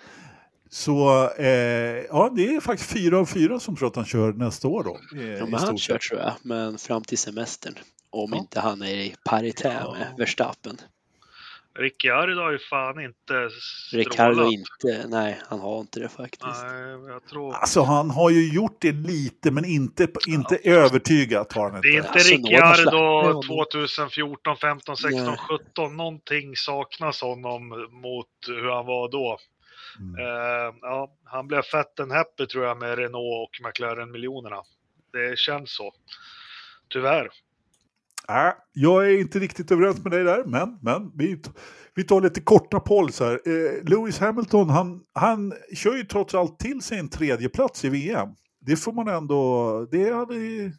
Så eh, ja, det är faktiskt fyra av fyra som tror att han kör nästa år då. Eh, Ja, i men han stort kör sett. tror jag, men fram till semestern. Om Ja. inte han är i paritär Ja. med Verstappen. Ricciardo har ju fan inte Ricardo strålat. inte, nej han har inte det faktiskt. Nej, jag tror... Alltså han har ju gjort det lite men inte, inte övertygat har han Det är inte. inte Alltså, några slapp med Ricciardo honom. tjugohundrafjorton, femton, sexton, Nej. sjutton. Någonting saknas honom mot hur han var då. Mm. Eh, ja, han blev fett en happy tror jag med Renault och McLaren-miljonerna. Det känns så. Tyvärr. Äh, jag är inte riktigt överens med dig där, men, men vi, vi tar lite korta polls här. Eh, Lewis Hamilton, han, han kör ju trots allt till sig en tredje plats i V M. Det får man ändå, det hade,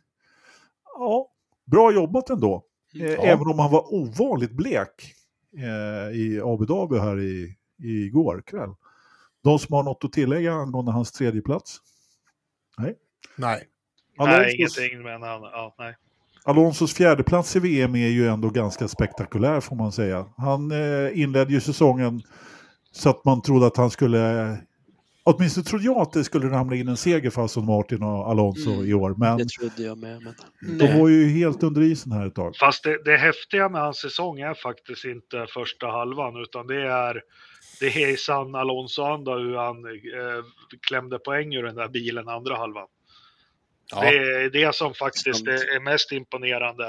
ja, bra jobbat ändå. Eh, Ja. Även om han var ovanligt blek eh, i Abu Dhabi här i, i går kväll. De som har något att tillägga angående hans tredje plats? Nej. Nej. Nej, Alonsos, ingenting, men han, ja, nej. Alonsos fjärde plats i V M är ju ändå ganska spektakulär får man säga. Han eh, inledde ju säsongen så att man trodde att han skulle, åtminstone trodde jag att det skulle ramla in en seger för Aston Martin och Alonso Mm, i år. Men Det trodde jag med. Men... de Nej. var ju helt under isen här ett tag. Fast det, det häftiga med hans säsong är faktiskt inte första halvan, utan det är det är i sann Alonso-anda hur han eh, klämde poäng ur den där bilen andra halvan. Ja. Det är det som faktiskt Sant. är, är mest imponerande.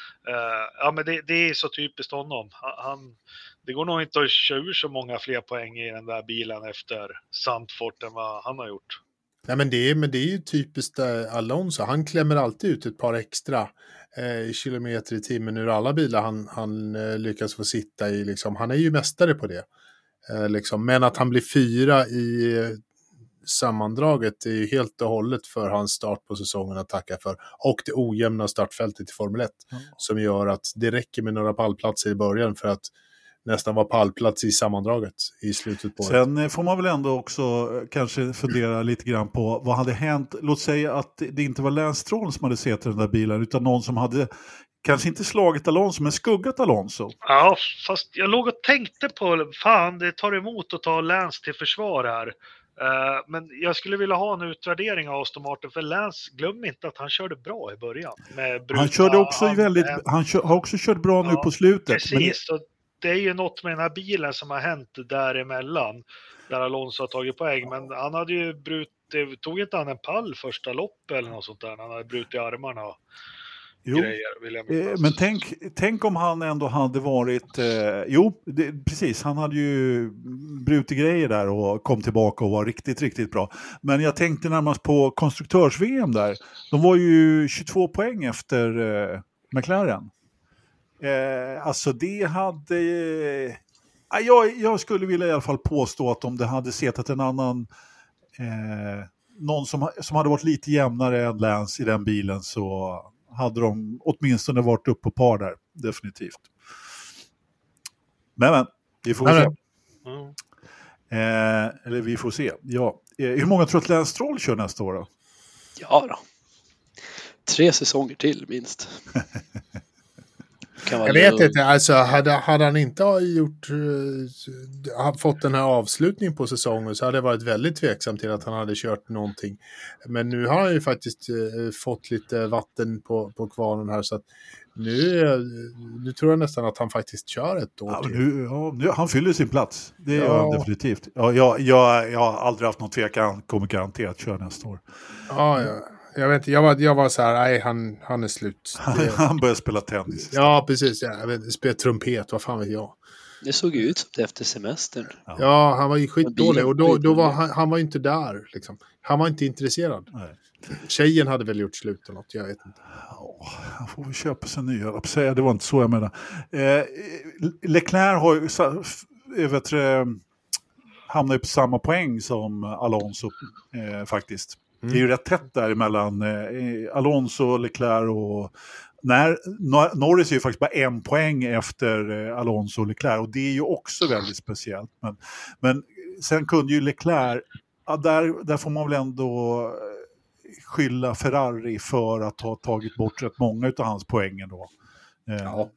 Uh, ja, men det, det är så typiskt honom. Han, det går nog inte att köra ur så många fler poäng i den där bilen efter Zandvoort än vad han har gjort. Nej, men det är, men det är ju typiskt eh, Alonso. Han klämmer alltid ut ett par extra eh, kilometer i timmen ur alla bilar han, han eh, lyckas få sitta i. Liksom. Han är ju mästare på det. Eh, liksom. Men att han blir fyra i eh, sammandraget är ju helt och hållet för hans start på säsongen att tacka för. Och det ojämna startfältet i Formel ett Mm. som gör att det räcker med några pallplatser i början för att nästan vara pallplats i sammandraget i slutet på året. Sen eh, får man väl ändå också eh, kanske fundera lite grann på vad hade hänt. Låt säga att det inte var Lance Stroll som hade sett den där bilen utan någon som hade kanske inte slagit Alonso men skuggat Alonso. Ja, fast jag låg och tänkte på, fan det tar emot att ta Lance till försvar här. Uh, men jag skulle vilja ha en utvärdering av Aston Martin, för Lance, glöm inte att han körde bra i början. Med Han körde också han, väldigt, han kör, har också kört bra nu Ja, på slutet. Precis, Men det, så det är ju något med den här bilen som har hänt däremellan. Där Alonso har tagit poäng, men han hade ju brutit, tog inte han en pall första lopp eller något sånt där. Han hade brutit armarna och jo, grejer, vill jag eh, minnas. men tänk, tänk om han ändå hade varit, eh, jo det, precis, han hade ju brutit grejer där och kom tillbaka och var riktigt, riktigt bra. Men jag tänkte närmast på konstruktörs-V M där. De var ju tjugotvå poäng efter eh, McLaren. Eh, alltså det hade... Eh, jag, jag skulle vilja i alla fall påstå att om det hade sett en annan... Eh, någon som, som hade varit lite jämnare än Lance i den bilen så hade de åtminstone varit upp på par där. Definitivt. Men, men vi får Nej, se. Mm. Eh, eller vi får se. Ja. Eh, hur många tror att Lance Stroll kör nästa år då? Ja då. Tre säsonger till minst. Kan vara Jag vet lugn. inte, alltså hade, hade han inte gjort, uh, fått den här avslutningen på säsongen så hade det varit väldigt tveksam till att han hade kört någonting. Men nu har han ju faktiskt uh, fått lite vatten på, på kvarnen här så att nu, uh, nu tror jag nästan att han faktiskt kör ett år Ja, till. nu, ja, nu, han fyller sin plats. Det Ja. gör han definitivt. Ja, jag, jag, jag har aldrig haft någon tvekan. Han kommer garanterat köra nästa år. Ja, ja. Jag vet inte, jag var, jag var så här, nej han, han är slut. Det, Han börjar spela tennis. ja, precis. Ja, jag vet, spela trumpet, vad fan vet jag. Det såg ju ut som det efter semestern. Ja, han var ju skitdålig och då, bilen- då var han, han var ju inte där. Liksom. Han var inte intresserad. Nej. Tjejen hade väl gjort slut eller något, jag vet inte. Ja, han får väl köpa sig nya. Jag säga, det var inte så jag menar. Eh, Leclerc har ju sa- f- vet du, hamnat på samma poäng som Alonso eh, faktiskt. Mm. Det är ju rätt tätt där mellan eh, Alonso, Leclerc och när, Norris är ju faktiskt bara en poäng efter eh, Alonso och Leclerc och det är ju också väldigt speciellt. Men, men sen kunde ju Leclerc, ja, där, där får man väl ändå skylla Ferrari för att ha tagit bort rätt många av hans poänger då. Eh, Ja.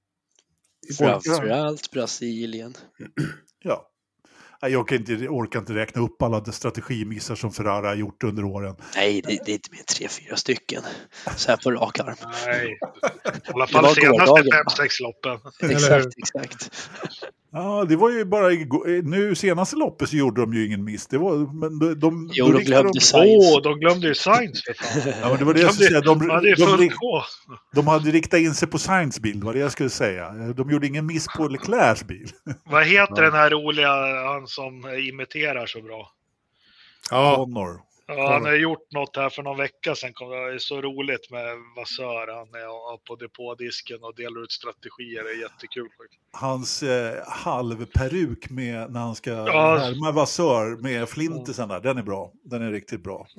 Framförallt Brasilien. ja. Nej, jag kan inte, orkar inte räkna upp alla de strategimissar som Ferrari har gjort under åren. Nej, det, det är inte mer än tre, fyra stycken. Så här på rak arm. Nej, i alla Det fall var senaste gårdagen, fem va? sex loppen. Exakt, exakt. Ja, det var ju bara igår, nu senaste loppet så gjorde de ju ingen miss. Det var, men de, de, Jo, då de riktade glömde de, Sainz. Åh, de glömde ju Sainz för fan. ja, men det var det jag skulle säga. De, Ja, det är de, fullt de, på. de hade riktat in sig på Sainz bil, var det jag skulle säga. De gjorde ingen miss på Leclercs bil. Vad heter den här roliga, han som imiterar så bra? Ja, Connor. Ja, han har gjort något här för någon vecka sedan. Det är så roligt med Vassör. Han är på depådisken och delar ut strategier. Det är jättekul. Hans eh, halvperuk med när han ska Ja. härma Vassör med flintisen där, den är bra. Den är riktigt bra.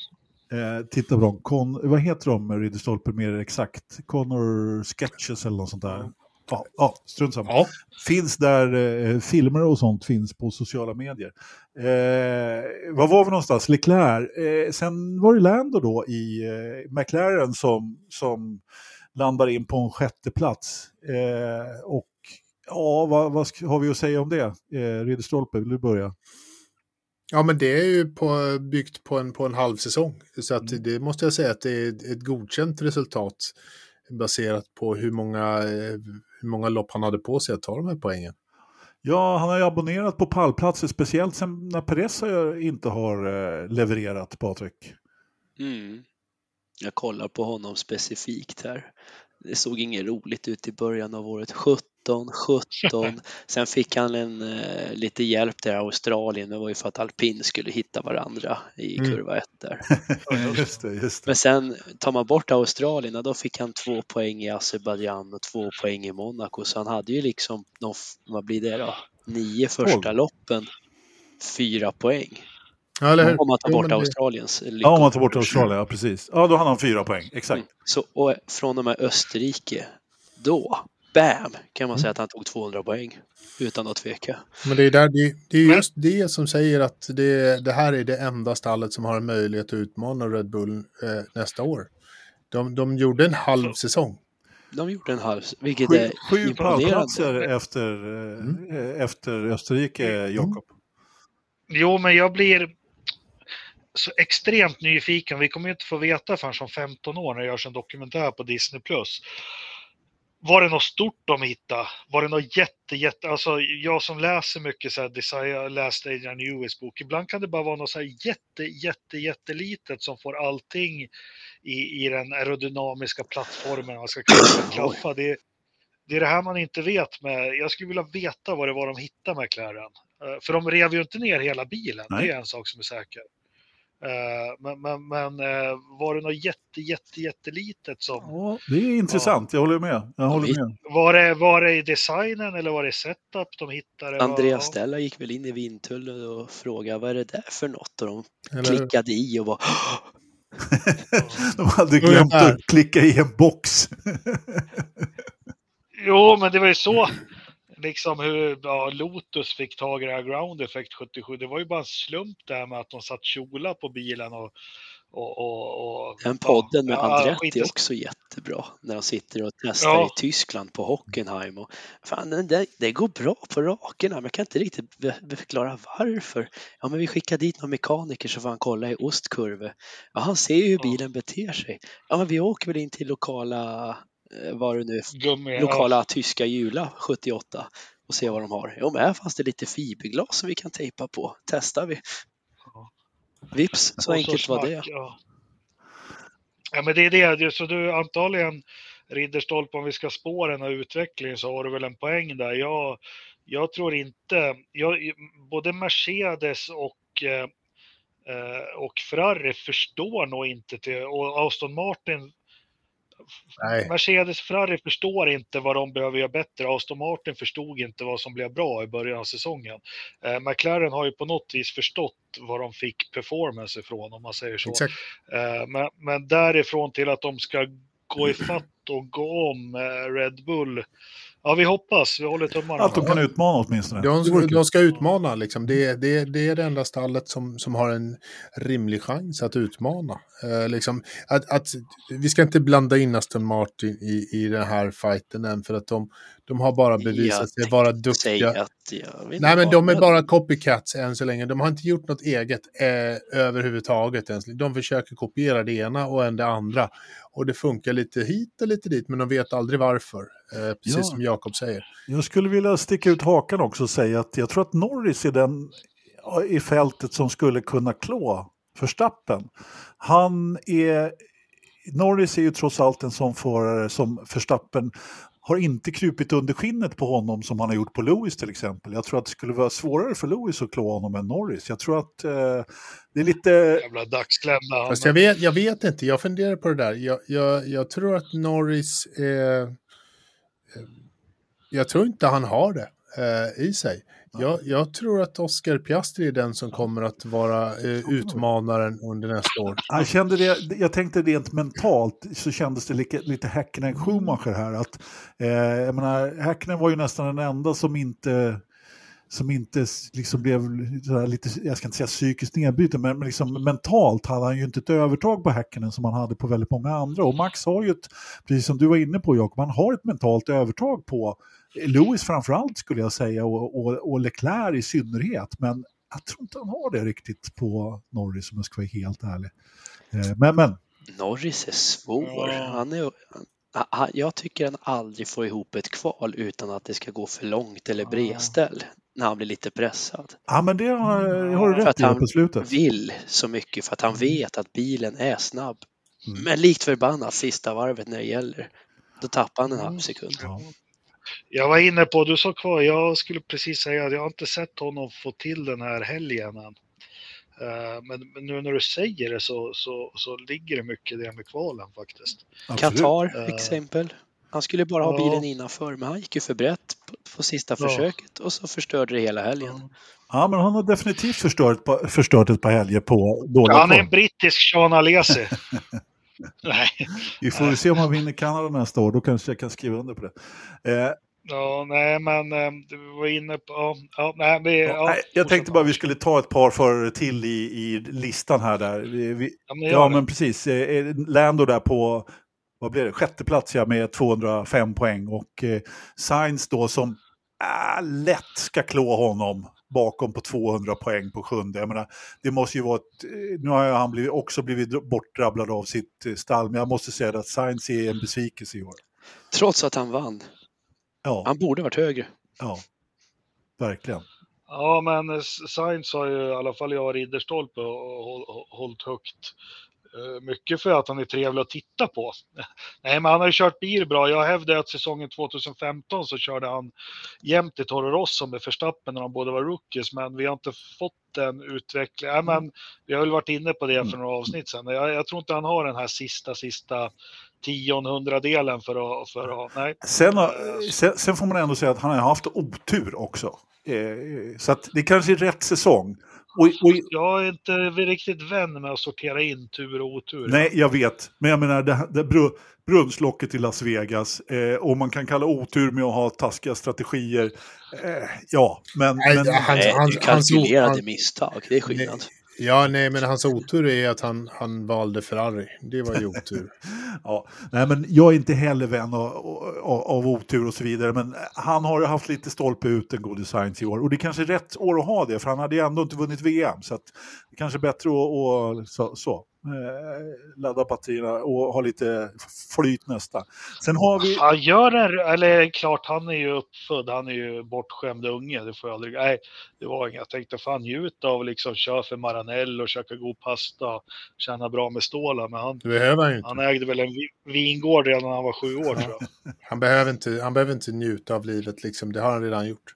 Eh, titta på dem. Con, vad heter de, Ridderstolpe mer exakt? Connor Sketches eller något sånt där. Ja, ja strunt samma. Ja. Finns där eh, filmer och sånt finns på sociala medier. Eh, vad var vi någonstans? Leclerc. Eh, sen var det Lando då i eh, McLaren som, som landar in på en sjätte plats. Eh, och ja, vad, vad har vi att säga om det? Eh, Ridderstolpe, vill du börja? Ja, men det är ju på, byggt på en, på en halv säsong. Så att Mm. det måste jag säga att det är ett godkänt resultat baserat på hur många, hur många lopp han hade på sig att ta de här poängen. Ja, han har ju abonnerat på pallplatser, speciellt sen när Perez inte har eh, levererat, Patrik. Mm. Jag kollar på honom specifikt här. Det såg inget roligt ut i början av året. sjutton, sjutton. Sen fick han en eh, lite hjälp där i Australien. Det var ju för att Alpin skulle hitta varandra i Mm. kurva ett där. just det, just det. Men sen tar man bort Australien, då fick han två poäng i Azerbaijan och två poäng i Monaco. Så han hade ju liksom, de, vad blir det då? Nio första Tolv. loppen, fyra poäng. Ja, eller hur? Om man tar Jo, bort men det- Australiens Ja, om man tar bort Australien, ja, precis. Ja, då har han fyra poäng, exakt. Mm. Så, och från och med Österrike, då, bam, kan man säga att han tog tvåhundra poäng utan att tveka. Men det är, där, det, det är just det som säger att det, det här är det enda stallet som har en möjlighet att utmana Red Bull eh, nästa år. De, de gjorde en halv säsong. De gjorde en halv, vilket Sju, är sju imponerande. pallplatser efter, eh, Mm. efter Österrike, Jakob. Jo, men jag blir så extremt nyfiken. Vi kommer ju inte få veta förrän som femton år när det görs en dokumentär på Disney plus. Var det något stort de hittade? Var det något jätte, jätte... Alltså jag som läser mycket så här design, jag läste Adrian Newey's bok. Ibland kan det bara vara något så här jätte, jätte, jättelitet som får allting i, i den aerodynamiska plattformen. Man ska kunna klaffa. Det, det är det här man inte vet med... Jag skulle vilja veta vad det var de hittade med McLaren. Uh, för de rev ju inte ner hela bilen. Nej. Det är en sak som är säker. Uh, men men, men uh, var det något jätte, jätte, jättelitet som... Ja, det är intressant, jag håller med. Jag håller med. Var det, var det i designen eller var det setup de hittade? Andreas Var- Stella gick väl in i vindtullen och frågade vad är det där för något? Och de Eller, klickade i och bara De hade glömt att klicka i en box. Jo, men det var ju så liksom hur ja, Lotus fick tag i det här Ground Effect sjuttiosju. Det var ju bara en slump där med att de satt kjola på bilen och... och, och, och den podden med ja, Andretti skit- är också jättebra när de sitter och testar Ja. i Tyskland på Hockenheim och fan, det, det går bra på rakerna men jag kan inte riktigt be- förklara varför. Ja, men vi skickar dit någon mekaniker så får han kolla i ostkurvor. Ja, han ser ju hur bilen beter sig. Ja, men vi åker väl in till lokala eh, vad det nu Gummi, lokala ja. tyska Jula sjuttioåtta och se vad de har. Jo, men här fanns det lite fiberglas som vi kan tejpa på. Testar vi. Vips, så Och enkelt var smack, det. Ja. ja, men det är det. det. Så du antagligen Ridderstolpe, om vi ska spå den här utvecklingen så har du väl en poäng där. Jag, jag tror inte, jag, både Mercedes och, eh, och Ferrari förstår nog inte till, och Aston Martin nej. Mercedes Ferrari förstår inte vad de behöver göra bättre. Aston Martin förstod inte vad som blev bra i början av säsongen. Eh, McLaren har ju på något vis förstått vad de fick performance ifrån, om man säger så. Exakt. Eh, men, men därifrån till att de ska gå ifatt och gå om eh, Red Bull. Ja, vi hoppas. Vi håller tummarna. Att de kan utmana åtminstone. De, Det vore ska- kul. de ska utmana. Liksom. Det, det, det är det enda stallet som, som har en rimlig chans att utmana. Eh, liksom, att, att, vi ska inte blanda in Aston Martin i, i den här fighten än, för att de, de har bara bevisat sig vara duktiga. Säg att jag vet Nej, men inte de är vad- bara copycats än så länge. De har inte gjort något eget eh, överhuvudtaget ens. De försöker kopiera det ena och en det andra. Och det funkar lite hit och lite dit, men de vet aldrig varför. Eh, precis Ja. som Jakob säger. Jag skulle vilja sticka ut hakan också och säga att jag tror att Norris är den i fältet som skulle kunna klå Verstappen. Han är... Norris är ju trots allt en sån förare som Verstappen har inte krupit under skinnet på honom som han har gjort på Lewis till exempel. Jag tror att det skulle vara svårare för Lewis att klå honom än Norris. Jag tror att eh, det är lite... Jävla dagsklämda. Fast jag vet, jag vet inte, jag funderar på det där. Jag, jag, jag tror att Norris är... Jag tror inte han har det eh, i sig. Jag, jag tror att Oscar Piastri är den som kommer att vara eh, utmanaren under nästa år. Jag, kände det, jag tänkte rent mentalt så kändes det lite, lite Häkkinen Schumacher här. Att, eh, jag menar, Häkkinen var ju nästan den enda som inte... som inte liksom blev sådär lite, jag ska inte säga psykiskt nedbruten, men liksom mentalt hade han ju inte ett övertag på Häkkinen som han hade på väldigt många andra. Och Max har ju ett, precis som du var inne på Jakob, han har ett mentalt övertag på Lewis framförallt skulle jag säga och, och, och Leclerc i synnerhet. Men jag tror inte han har det riktigt på Norris om jag ska vara helt ärlig. Men, men. Norris är svår. Han är, han, jag tycker han aldrig får ihop ett kval utan att det ska gå för långt eller bredställ när han blir lite pressad. Ja, men det har, har du rätt i på slutet. Han vill så mycket för att han vet att bilen är snabb. Mm. Men likt förbannat sista varvet när det gäller. Då tappar han en halv sekund. Ja. Jag var inne på, du sa kvar, jag skulle precis säga att jag har inte sett honom få till den här helgen än. Men, men nu när du säger det så, så, så ligger det mycket det med kvalen faktiskt. Qatar exempel. Han skulle bara ha bilen innanför, men han gick ju för brett på, på sista ja. försöket och så förstörde det hela helgen. Ja, men han har definitivt förstört, förstört ett par helger på dåliga ja, han är en brittisk Sean Alesi. Nej. Vi får se om han vinner Kanada nästa år, då kanske jag kan skriva under på det. Eh, Ja, nej, men du var inne på... Ja, nej, vi, ja, nej, jag tänkte bara vi skulle ta ett par förare till i, i listan här. Där. Vi, vi, ja, men, ja, men precis. Lando där på, vad blir det, sjätte plats ja, med tvåhundrafem poäng. Och eh, Sainz då som äh, lätt ska klå honom bakom på tvåhundra poäng på sjunde. Jag menar, det måste ju vara ett, nu har han blivit, också blivit bortdrabblad av sitt stall, men jag måste säga att Sainz är en besvikelse i år. Trots att han vann. Ja. Han borde varit högre. Ja, verkligen. Ja, men Sainz har ju i alla fall jag Ridderstolpe och hållit högt. Mycket för att han är trevlig att titta på. Nej, men han har ju kört bil bra. Jag hävdar att säsongen tjugohundrafemton så körde han jämt i Toro Rosso med Verstappen när de båda var rookies, men vi har inte fått den utvecklingen. Ja, men vi har väl varit inne på det för några avsnitt sedan. Jag, jag tror inte han har den här sista, sista tionhundradelen för att... För att nej. Sen, sen, sen får man ändå säga att han har haft otur också. Eh, så att det kanske är rätt säsong. Och, och, jag är inte riktigt vän med att sortera in tur och otur. Nej, jag vet. Men jag menar, det, det br- brunnslocket i Las Vegas. Eh, och man kan kalla otur med att ha taskiga strategier. Eh, ja, men... Nej, men han, nej, han, du kalkylerade han, misstag, det är skillnad. Nej. Ja, nej, men hans otur är att han, han valde Ferrari. Det var ju otur. Ja, nej, men jag är inte heller vän av, av, av otur och så vidare. Men han har haft lite stolpe ut en god design i år. Och det är kanske rätt år att ha det. För han hade ju ändå inte vunnit V M. Så att det kanske är bättre att, att så, så, eh, ladda batterierna och ha lite flyt nästa. Sen har vi... Ja, gör det, eller klart, han är ju uppfödd. Han är ju bortskämd unge. Det får jag aldrig... Nej, det var inget. Jag tänkte fan njuta av liksom köra för Maranello och käka god pasta. Tjäna bra med stålar. Men han, han, han ägde väl en vingård redan när han var sju år, tror jag. Han behöver inte, han behöver inte njuta av livet liksom. Det har han redan gjort.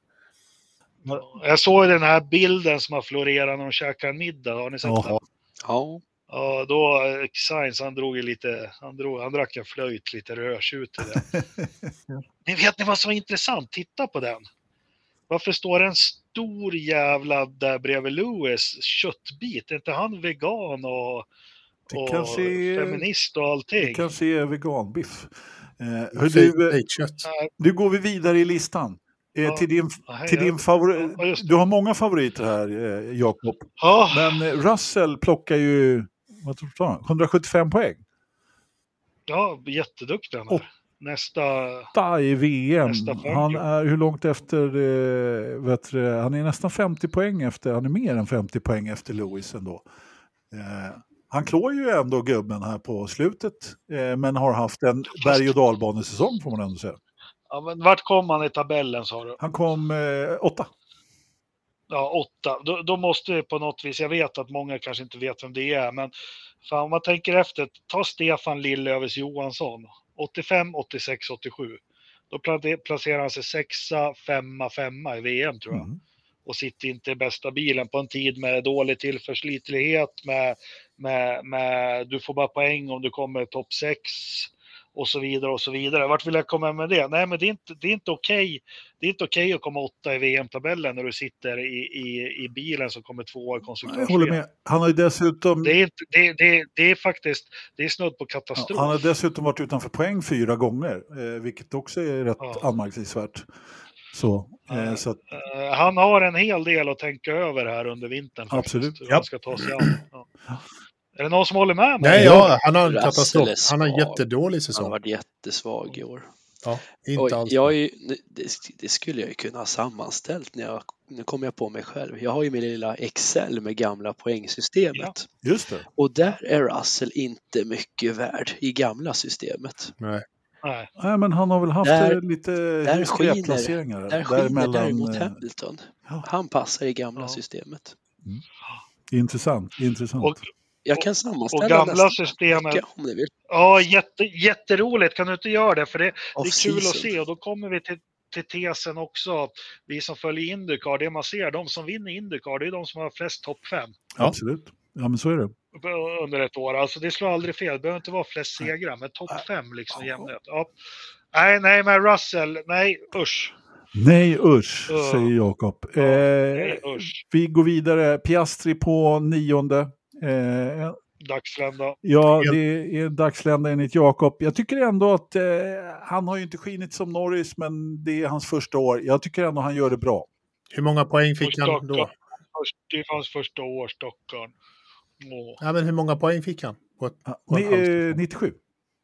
Jag såg den här bilden som har florerat när de käkar en middag. Har ni sett ja. den? Ja. Ja, då Sainz, han drog ju lite, han, drog, han drack en flöjt lite rörsut i den. Men vet ni vad som var intressant? Titta på den. Varför står en stor jävla där bredvid Lewis köttbit? Är inte han vegan och, och är, feminist och allting? Det kanske är veganbiff. Eh, hör du, nu går vi vidare i listan. Eh, ja, till din, aha, till din favori- ja, du har många favoriter här, eh, Jakob. Ja. Men eh, Russell plockar ju vad tror du, etthundrasjuttiofem poäng. Ja, jätteduktig han är. Nästa, nästa i V M. Nästa han är hur långt efter, eh, vet du, han är nästan femtio poäng efter, han är mer än femtio poäng efter Lewis ändå. Eh, han klår ju ändå gubben här på slutet, eh, men har haft en berg- och dalbanesäsong får man ändå säga. Ja, men vart kom han i tabellen, sa du? Han kom eh, åtta. Ja, åtta. Då, då måste det på något vis, jag vet att många kanske inte vet vem det är, men fan, om man tänker efter, ta Stefan Lillövers Johansson, åttiofem, åttiosex, åttiosju. då placerar han sig sexa, femma, femma i V M tror jag. Mm. Och sitter inte i bästa bilen på en tid med dålig tillförslitlighet, med, med, med du får bara poäng om du kommer topp sex och så vidare och så vidare. Vart vill jag komma med det? Nej, men det är inte, det är inte okej. Det är inte okej att komma åtta i V M-tabellen när du sitter i, i, i bilen som kommer två i konstruktörs. Jag håller med. Han har ju dessutom... Det är, inte, det, det, det är faktiskt, det är snudd på katastrof. Ja, han har dessutom varit utanför poäng fyra gånger, eh, vilket också är rätt Ja. anmärkningsvärt. Så, eh, så att, Uh, han har en hel del att tänka över här under vintern. Faktiskt, Absolut. hur Ja. han ska ta sig an. Ja. Är det någon som håller med mig? Nej, ja, han har en Russell katastrof. är Han har en svag. jättedålig Han har säsong. varit jättesvag i år. Ja, inte Och alls. jag är ju, det, det skulle jag ju kunna ha sammanställt när jag, nu kommer jag på mig själv. Jag har ju min lilla Excel med gamla poängsystemet. just det. Och där är Russell inte mycket värd i gamla systemet. Nej. Nej. Nej, men han har väl haft Där- eh, lite där skräpplaceringar. Där skiner mellan, däremot eh, Hamilton. ja. Han passar i gamla Ja. systemet. Intressant, intressant. Och, Jag kan och sammanställa gamla nästa systemet. vecka om ni vill. Ja, jätte, jätteroligt. Kan du inte göra det? För det, det är kul att Off-season. se. Och då kommer vi till, till tesen också. Vi som följer Indycar, det man ser, de som vinner Indycar, det är de som har flest topp fem Ja. Absolut. Ja, men så är det. under ett år. Alltså det slår aldrig fel. Det behöver inte vara flest segrar, men topp fem liksom jämnhet. Ja. Nej, nej, men Russell, nej, usch. Nej, usch, Ja. säger Jakob. Ja, Eh, nej, usch. vi går vidare. Piastri på nionde. Eh, Dagslända. ja, det är dagslända enligt Jakob. Jag tycker ändå att eh, han har ju inte skinit som Norris, men det är hans första år. Jag tycker ändå han gör det bra. Hur många poäng fick han Stockholm. då? Först, det är hans första år, Stockholm. Åh. Ja, men hur många poäng fick han? På, ett, Ja, på en ni, halvsäsong? eh, nittiosju.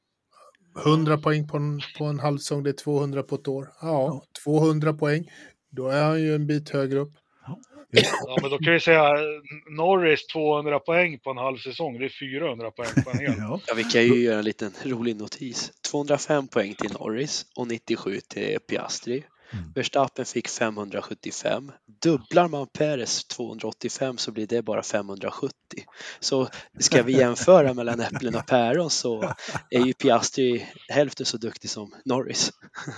hundra poäng på en, på en halvsäsong, det är tvåhundra på ett år. Ja, tvåhundra poäng. Då är han ju en bit högre upp. Ja, men då kan vi säga Norris tvåhundra poäng på en halv säsong. Det är fyrahundra poäng på en hel. Ja. Ja, vi kan ju göra en liten rolig notis. tvåhundrafem poäng till Norris och nittiosju till Piastri. Mm. Verstappen fick femhundrasjuttiofem. Dubblar man Perez tvåhundraåttiofem så blir det bara femhundrasjuttio. Så ska vi jämföra mellan äpplen och päron så är ju Piastri hälften så duktig som Norris.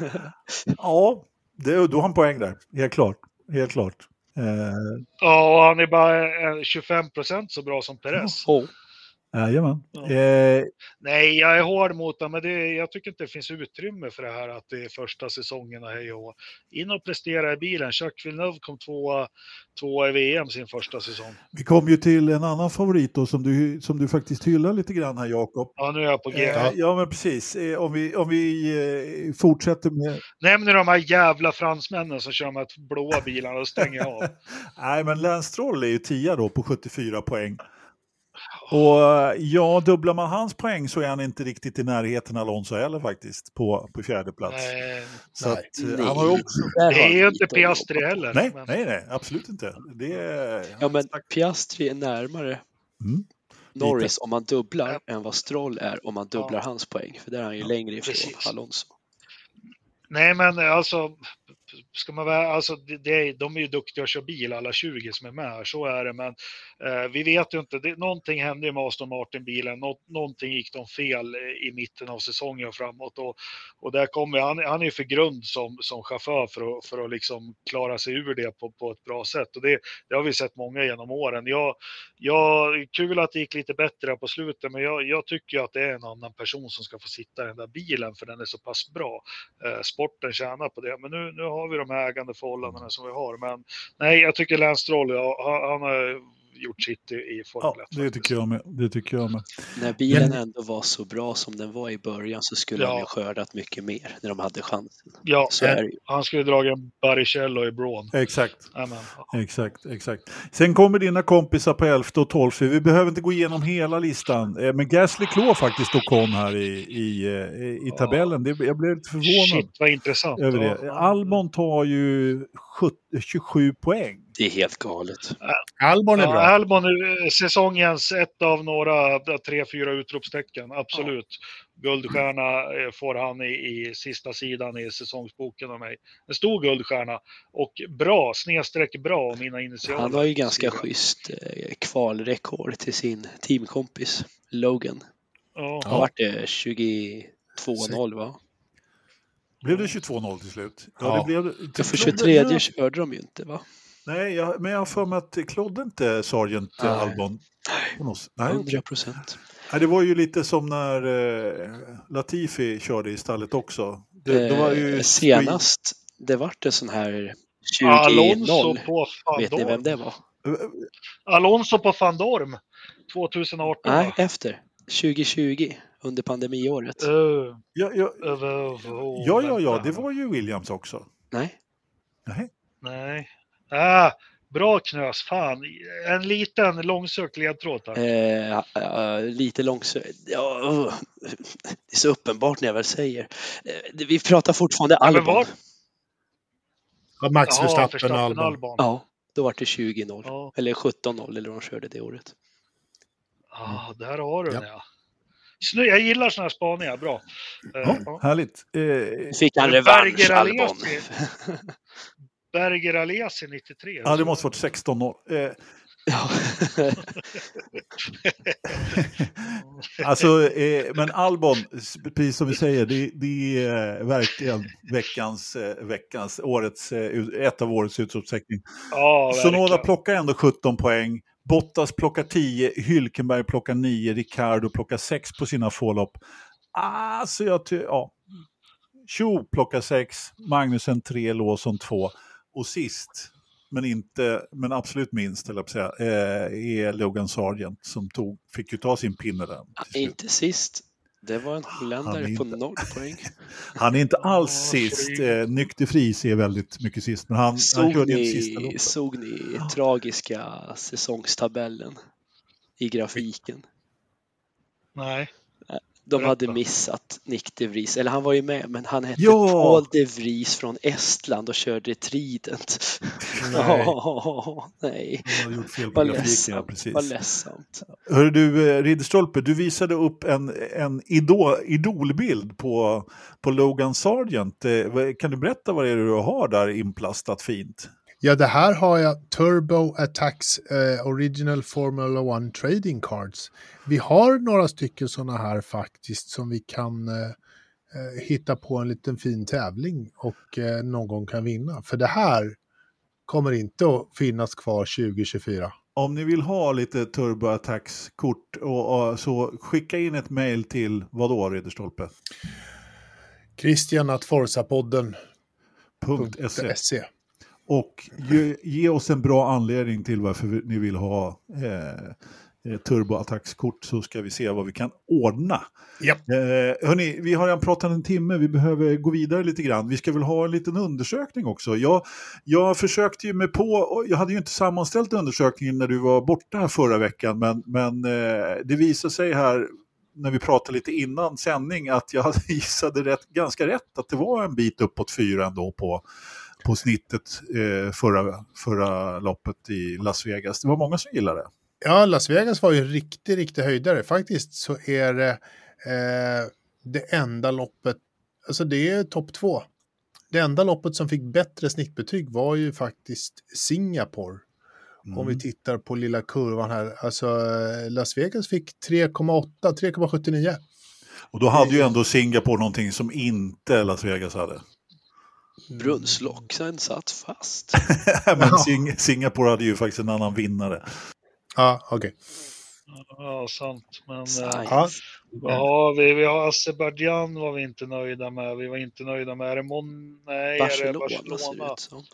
Ja, det, då har han poäng där. Helt klart. Helt klart. Eh, Ja, och han är bara eh, tjugofem procent så bra som Perez. Oh. jajamän. Ja. Eh, Nej, jag är hård mot det, men det, jag tycker inte det finns utrymme för det här att det är första säsongen och hej och in och prestera i bilen. Jacques Villeneuve kom tvåa, tvåa i V M sin första säsong. vi kom ju till en annan favorit då, som du, som du faktiskt hyllar lite grann här, Jakob. Ja, nu är jag på G. Eh, ja, men precis. Eh, om vi, om vi eh, fortsätter med... Nämn de här jävla fransmännen som kör med blåa bilarna och stänger av. Nej, men Lance Stroll är ju tia då på sjuttiofyra poäng. Och eh, ja, dubblar man hans poäng så är han inte riktigt i närheten av Alonso heller faktiskt på, på fjärde plats. Nej, Så Nej. att, eh, Nej. han har ju också... Där har det är han ju inte lite att Piastri jobba på. heller. Nej, men- nej, nej, absolut inte. Det är... Ja, men Piastri är närmare Mm. Norris om man dubblar Ja. än vad Stroll är om man dubblar Ja. hans poäng. För där är han ju längre ifrån precis. Alonso. Nej, men alltså, ska man vara, alltså det, det, de är ju duktiga att köra bil, alla tjugo som är med här, så är det. Men eh, vi vet ju inte, det, någonting hände ju med Aston Martin-bilen, Nå, någonting gick de fel i mitten av säsongen och framåt. Och, och där kommer, han, han är ju för grund som, som chaufför för att, för att liksom klara sig ur det på, på ett bra sätt. Och det, det har vi sett många genom åren. Jag, jag, kul att det gick lite bättre på slutet, men jag, jag tycker att det är en annan person som ska få sitta i den där bilen, för den är så pass bra. Eh, sporten tjänar på det, men nu, nu har vi de här ägandeförhållandena som vi har. Men nej, jag tycker Lance Stroll, ja, han, han har gjort sitt i, i Formel Ja, ett. det faktiskt. tycker jag med. Det tycker jag med. När bilen ändå var så bra som den var i början så skulle Ja. han ju skördat mycket mer när de hade chansen. Ja, Så är det ju. han skulle dra en Barrichello i Braun. Exakt. Amen. Exakt, exakt. Sen kommer dina kompisar på elfte och tolfte. Vi behöver inte gå igenom hela listan. Eh, Men Gasly klår faktiskt Ocon här i, i, eh, i tabellen. Det, jag blev lite förvånad Shit, vad intressant. över det. Ja. Albon tar ju sjutton, tjugosju poäng. Det är helt galet. Albon är Ja, bra. Albon är säsongens ett av några tre, fyra utropstecken. Absolut. Guldstjärna eh, får han i, i sista sidan i säsongsboken av mig. En stor guldstjärna. Och bra, snedsträck bra om mina initialer. Han har ju ganska sidor. schysst eh, kvalrekord till sin teamkompis Logan. Ja. Har varit det tjugotvå noll va? Blev det tjugotvå noll till slut? Ja, Ja. det blev... För tjugotredje körde de ju inte, va? Nej, jag, men jag har för mig att klodde inte Sargent Nej. Albon. Nej, hundra procent. Nej, det var ju lite som när eh, Latifi körde i stallet också. Det, Eh, då var ju senast, det vart en sån här Alonso tjugo noll. på Vet ni vem Fandorm. det var? Alonso på Fandorm tjugoarton. Nej, efter. tjugo-tjugo, under pandemiåret. Uh, Ja, ja, uh, uh, uh, ja, ja, ja, vänta. det var ju Williams också. Nej. Nej. Nej. Ah, bra knös, fan. En liten långsökt ledtråd tack. Eh, eh, lite långsökt. Ja, uh, det är så uppenbart när jag väl säger. Eh, vi pratar fortfarande Ja, men Albon. var- Ja, Max Jaha, Verstappen, Verstappen, Albon. Albon. Ja, då var det tjugo noll. Ja. Eller sjutton noll, eller vad de körde det året. Ah, där har du Ja. den ja. Snö, jag gillar såna här spaningar, bra. Eh, Ja, ja. härligt. Eh, Fick han Men revansch, Berger Albon. Alesi. Berger Alesi nittiotre. ja, det måste varit sexton noll. Eh, Ja. alltså, eh, men Albon, precis som vi säger, det, det är verkligen veckans, eh, veckans årets, eh, ett av årets utropstecken. Ja, Sonoda verkligen. plockar ändå sjutton poäng. Bottas plockar tio, Hülkenberg plockar nio, Ricardo plockar sex på sina fålopp. Alltså jag ty- ja. Cho plockar sex, Magnussen tre, Lawson två. Och sist, men inte, men absolut minst, eller jag säga, eh, är Logan Sargent som tog, fick ju ta sin pinne där. till slut. Inte sist. Det var en Han holländare är på inte- noll poäng. Han är inte alls Ja, sist. flyg. Eh, Nykter Fris är väldigt mycket sist, men han, han Såg körde inte sista ni, loppet. såg ni tragiska säsongstabellen i grafiken? Nej. De Berätta. hade missat Nick de Vries, eller han var ju med, men han hette Ja. Paul de Vries från Estland och körde Trident. Nej. Åh, nej. Han har gjort fel på Vad grafiken, ja, ledsamt. precis. Vad ledsamt. Hör du, eh, Ridderstolpe, du visade upp en, en idol, idolbild på, på Logan Sargent. Eh, vad- Kan du berätta vad det är du har där inplastat fint? Ja, det här har jag Turbo Attacks eh, Original Formula One Trading Cards. Vi har några stycken sådana här faktiskt som vi kan eh, eh, hitta på en liten fin tävling och eh, någon gång kan vinna. För det här kommer inte att finnas kvar tjugo tjugofyra. Om ni vill ha lite Turbo Attacks-kort och, och, så skicka in ett mejl till vad då, Ridderstolpe? Christian att Forsapodden Punkt punkt se. se. Och ge, ge oss en bra anledning till varför vi- ni vill ha eh, Turbo Attacks-kort, så ska vi se vad vi kan ordna. Ja. Eh, hörni, vi har redan pratat en timme, vi behöver gå vidare lite grann. Vi ska väl ha en liten undersökning också. Jag, jag försökte ju med på, och jag hade ju inte sammanställt undersökningen när du var borta här förra veckan, men, men eh, det visade sig här när vi pratade lite innan sändning att jag hade gissade rätt, ganska rätt att det var en bit uppåt fyra ändå på, på snittet eh, förra, förra loppet i Las Vegas. Det var många som gillade det. Ja, Las Vegas var ju riktigt, riktigt höjdare. Faktiskt så är det eh, det enda loppet, alltså det är topp två. Det enda loppet som fick bättre snittbetyg var ju faktiskt Singapore. Mm. Om vi tittar på lilla kurvan här. Alltså eh, Las Vegas fick tre komma åtta, tre komma sjuttionio. Och då hade ju ändå Singapore någonting som inte Las Vegas hade. Brunnslocken satt fast. Men Ja. Sing- Singapore hade ju faktiskt en annan vinnare. Ja, okej. Ja, sant. Men eh, Science. Ja. vad har vi? Vi har Azerbaijan var vi inte nöjda med. Vi var inte nöjda med. Är det Mon- Nej, är det Barcelona, ser det Barcelona? ut som.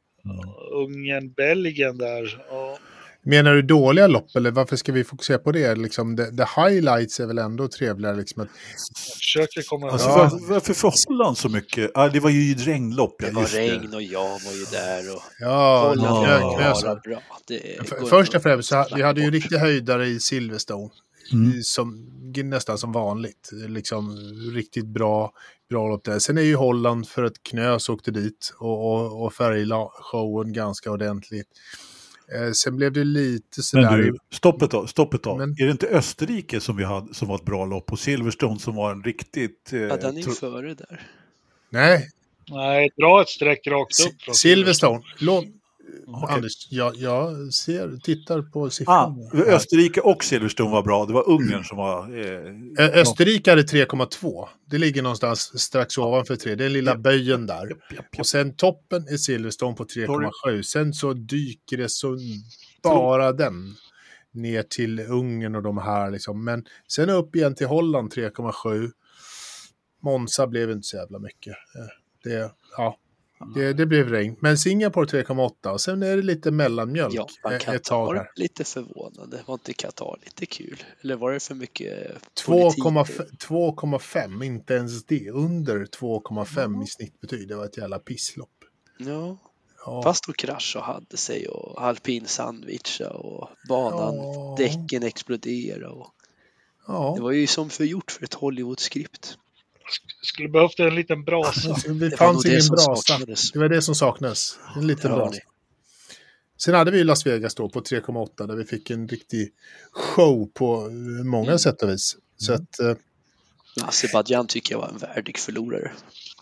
Ungern, Belgien där. Ja. Menar du dåliga lopp eller varför ska vi fokusera på det? Liksom, the, the highlights är väl ändå trevligare. Liksom, att, Jag försöker komma Alltså, Ja. var, varför för Holland så mycket? Ah, det var ju ett regnlopp. Ja, Det var just regn och jag var ju där och ja, Holland ja, var knös. bara bra. Det F- går Först inte och främst så att ha- vi hade ju snacka bort. riktigt höjdare i Silverstone. Mm. I- Som, nästan som vanligt. Liksom riktigt bra, bra lopp där. Sen är ju Holland för att Knös åkte dit och, och, och färgla showen ganska ordentligt. Eh, sen blev det lite sådär. Men du, stoppet då, stoppet då. Men- Är det inte Österrike som vi hade som var ett bra lopp och Silverstone som var en riktigt... Eh, Ja, den är ju tro- före där. Nej, Nej, dra ett streck rakt Si- upp. från Silverstone. Låt, Okay. Anders, jag, jag ser, tittar på siffrorna. Ah, Österrike och Silverstone var bra. Det var Ungern mm. som var... Eh, Ö- Österrike hade tre komma två. Det ligger någonstans strax ovanför tre. Det är lilla yep. böjen där. Yep, yep, yep. Och sen toppen är Silverstone på tre komma sju. Sen så dyker det så bara den ner till Ungern och de här. Liksom. Men sen upp igen till Holland tre komma sju. Monza blev inte så jävla mycket. Det, ja, det, det blev regn. Men Singapore tre komma åtta. Och sen är det lite mellanmjölk. Ja, man ett Qatar tag här. Lite förvånande. Var inte Qatar lite kul? Eller var det för mycket två komma fem, inte ens det. Under två komma fem mm. i snittbetyg. Det var ett jävla pisslopp. Ja. Ja. Fast då kraschade och hade sig och alpin sandwich och banan, ja. Däcken exploderade. Och... Ja. Det var ju som förgjort för ett Hollywood-skript. Skulle behövt en liten brasa. Det, det fanns ingen det brasa. Det var det som saknades. En liten brasa. Ni. Sen hade vi Las Vegas då på tre komma åtta där vi fick en riktig show på många mm. sätt och vis. Så mm. att... Uh... Azerbaijan tycker jag var en värdig förlorare.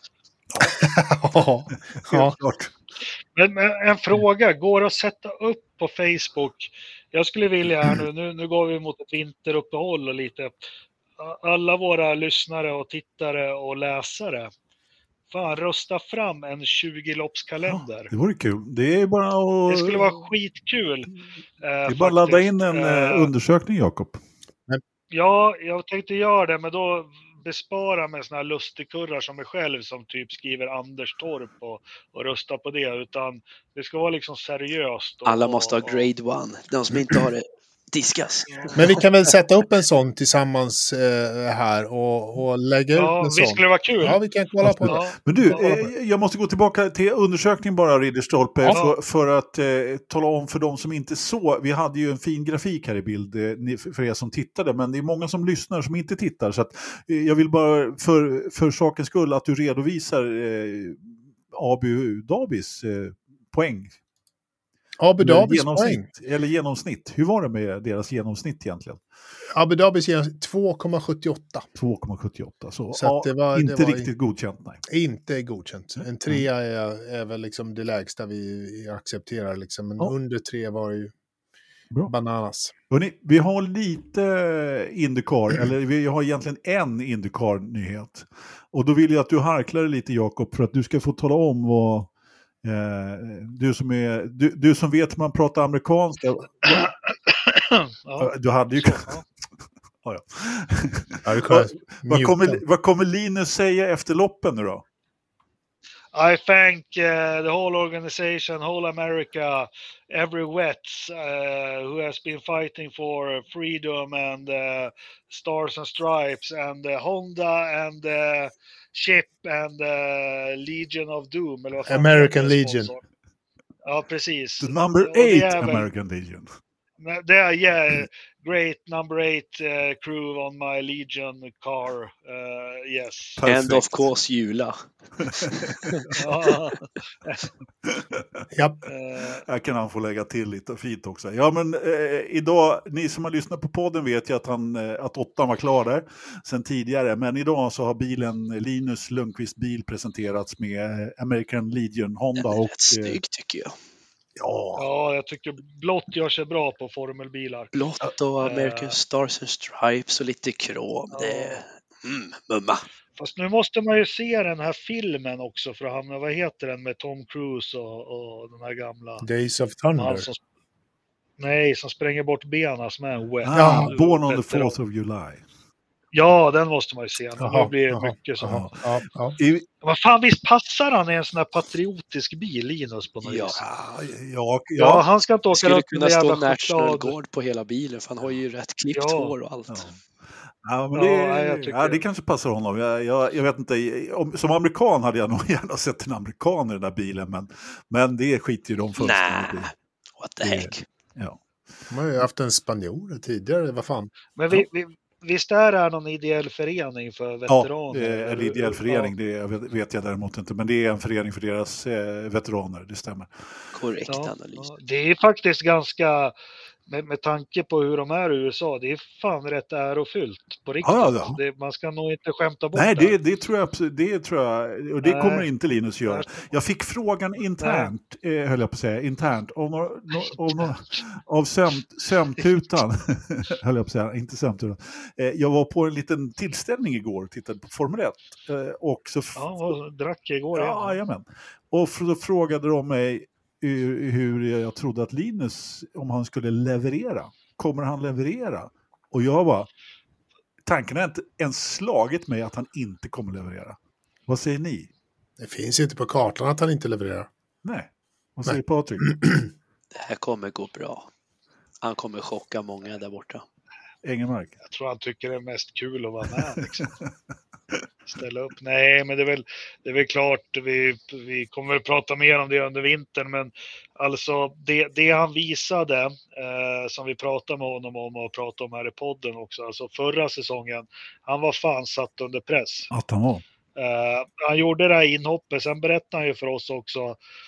ja, ja. Klart. Men, men en fråga, går det att sätta upp på Facebook? Jag skulle vilja här nu, nu, nu går vi mot ett vinteruppehåll och lite... Alla våra lyssnare och tittare och läsare, fan, rösta fram en tjugo-loppskalender. Ja, det vore kul. Det är bara att... Det skulle vara skitkul. Det är bara att ladda in en uh, undersökning, Jakob. Ja, jag tänkte göra det, men då bespara med såna här lustigkurrar som mig själv som typ skriver Anders Torp och, och rösta på det, utan det ska vara liksom seriöst. Och, alla måste ha grade one. De som inte har det diskas. Men vi kan väl sätta upp en sån tillsammans eh, här och, och lägga ja, ut en sån. Ja, skulle vara kul. Ja, vi kan kolla på ja. det. Men du, eh, jag måste gå tillbaka till undersökningen bara, Ridderstolpe, ja. för, för att eh, tala om för de som inte så. Vi hade ju en fin grafik här i bild eh, för er som tittade, men det är många som lyssnar som inte tittar. Så att, eh, jag vill bara för, för sakens skull att du redovisar eh, Abu Dhabis eh, poäng. Abu Dhabis poäng. Eller genomsnitt. Hur var det med deras genomsnitt egentligen? Abu Dhabis genomsnitt två komma sjuttioåtta. två komma sjuttioåtta. Så, så ja, det var, inte det var riktigt godkänt. Nej. Inte godkänt. En trea är, är väl liksom det lägsta vi accepterar. Liksom. Men ja. Under tre var det ju bra. Bananas. Hörrni, vi har lite Indycar, eller vi har egentligen en Indycar-nyhet. Och då vill jag att du harklar lite, Jakob, för att du ska få tala om vad Eh, du, som är, du, du som vet hur man pratar amerikanska. Ja. Du hade ju... Ja. ja, ja. Ja, vad, vad, kommer, vad kommer Linus säga efter loppen nu då? I thank uh, the whole organization, whole America, every vet uh, who has been fighting for freedom and uh, stars and stripes, and uh, Honda and uh, Chip and uh, Legion of Doom. Eller vad American Legion. Ja, precis. The number eight är, American Legion. Det är, yeah, great number eight uh, crew on my Legion car. Uh, yes. Perfect. And of course, Jula. ja. Japp. Här kan han få lägga till lite fint också. Ja, men eh, idag, ni som har lyssnat på podden vet ju att, han, eh, att åttan var klar där sen tidigare. Men idag så har bilen, Linus Lundqvist bil, presenterats med American Legion Honda. Den är och rätt snygg tycker jag. Ja. ja, jag tycker blått gör sig bra på formelbilar. Blått och American uh, Stars and Stripes och lite krom. Ja. Det är mm, mumma. Fast nu måste man ju se den här filmen också för att hamna, vad heter den med Tom Cruise och, och den här gamla... Days of Thunder. Som, nej, som spränger bort benen som är en wet. Ah, Born on the fourth of July. Ja, den måste man ju se. Aha, det blir aha, mycket så. Aha, aha, aha. I, vad fan, visst passar han i en sån här patriotisk bil, Linus, på något ja. vis? Ja, ja, ja, han ska inte åka skulle runt kunna stå National Guard på hela bilen, för han har ju rätt klippt ja. hår och allt. Ja. Ja, men det, ja, ja, det kanske passar honom. Jag, jag, jag vet inte, om, som amerikan hade jag nog gärna sett en amerikan i den där bilen, men, men det skiter ju de först. Nej, what the heck. Ja. De har ju haft en spanjor tidigare, vad fan. Men vi, vi, visst är det någon ideell förening för veteraner? Ja, det är en ideell förening, det vet jag däremot inte, men det är en förening för deras eh, veteraner, det stämmer. Korrekt ja, analys. Ja. Det är faktiskt ganska... med, med tanke på hur de är i U S A, det är fan rätt ärofyllt på riktigt. Ja, ja. Det, man ska nog inte skämta bort Nej, det. det, det, tror jag, absolut- det tror jag, och det Nej. kommer inte Linus göra. Jag fick frågan internt, eh, höll jag på att säga, internt, om, några, no, om några, av sömt, sömtutan, höll jag på att säga, inte sömtutan. Eh, jag var på en liten tillställning igår och tittade på Formel ett. Eh, och så f- Ja, och drack igår igen. ja, jajamän. Och då frågade de mig hur, hur jag trodde att Linus, om han skulle leverera. Kommer han leverera? Och jag var, tanken har inte ens slagit mig att han inte kommer leverera. Vad säger ni? Det finns inte på kartan att han inte levererar. Nej. Vad säger Patrik? Det här kommer gå bra. Han kommer chocka många där borta. Engelmark. Jag tror han tycker det är mest kul att vara med. Liksom. Ställa upp. Nej, men det är väl, det är väl klart, vi, vi kommer väl prata mer om det under vintern, men alltså det, det han visade, eh, som vi pratade med honom om och pratade om här i podden också, alltså förra säsongen, han var fan satt under press. Att han var. Eh, han gjorde det här inhoppet, sen berättade han ju för oss också,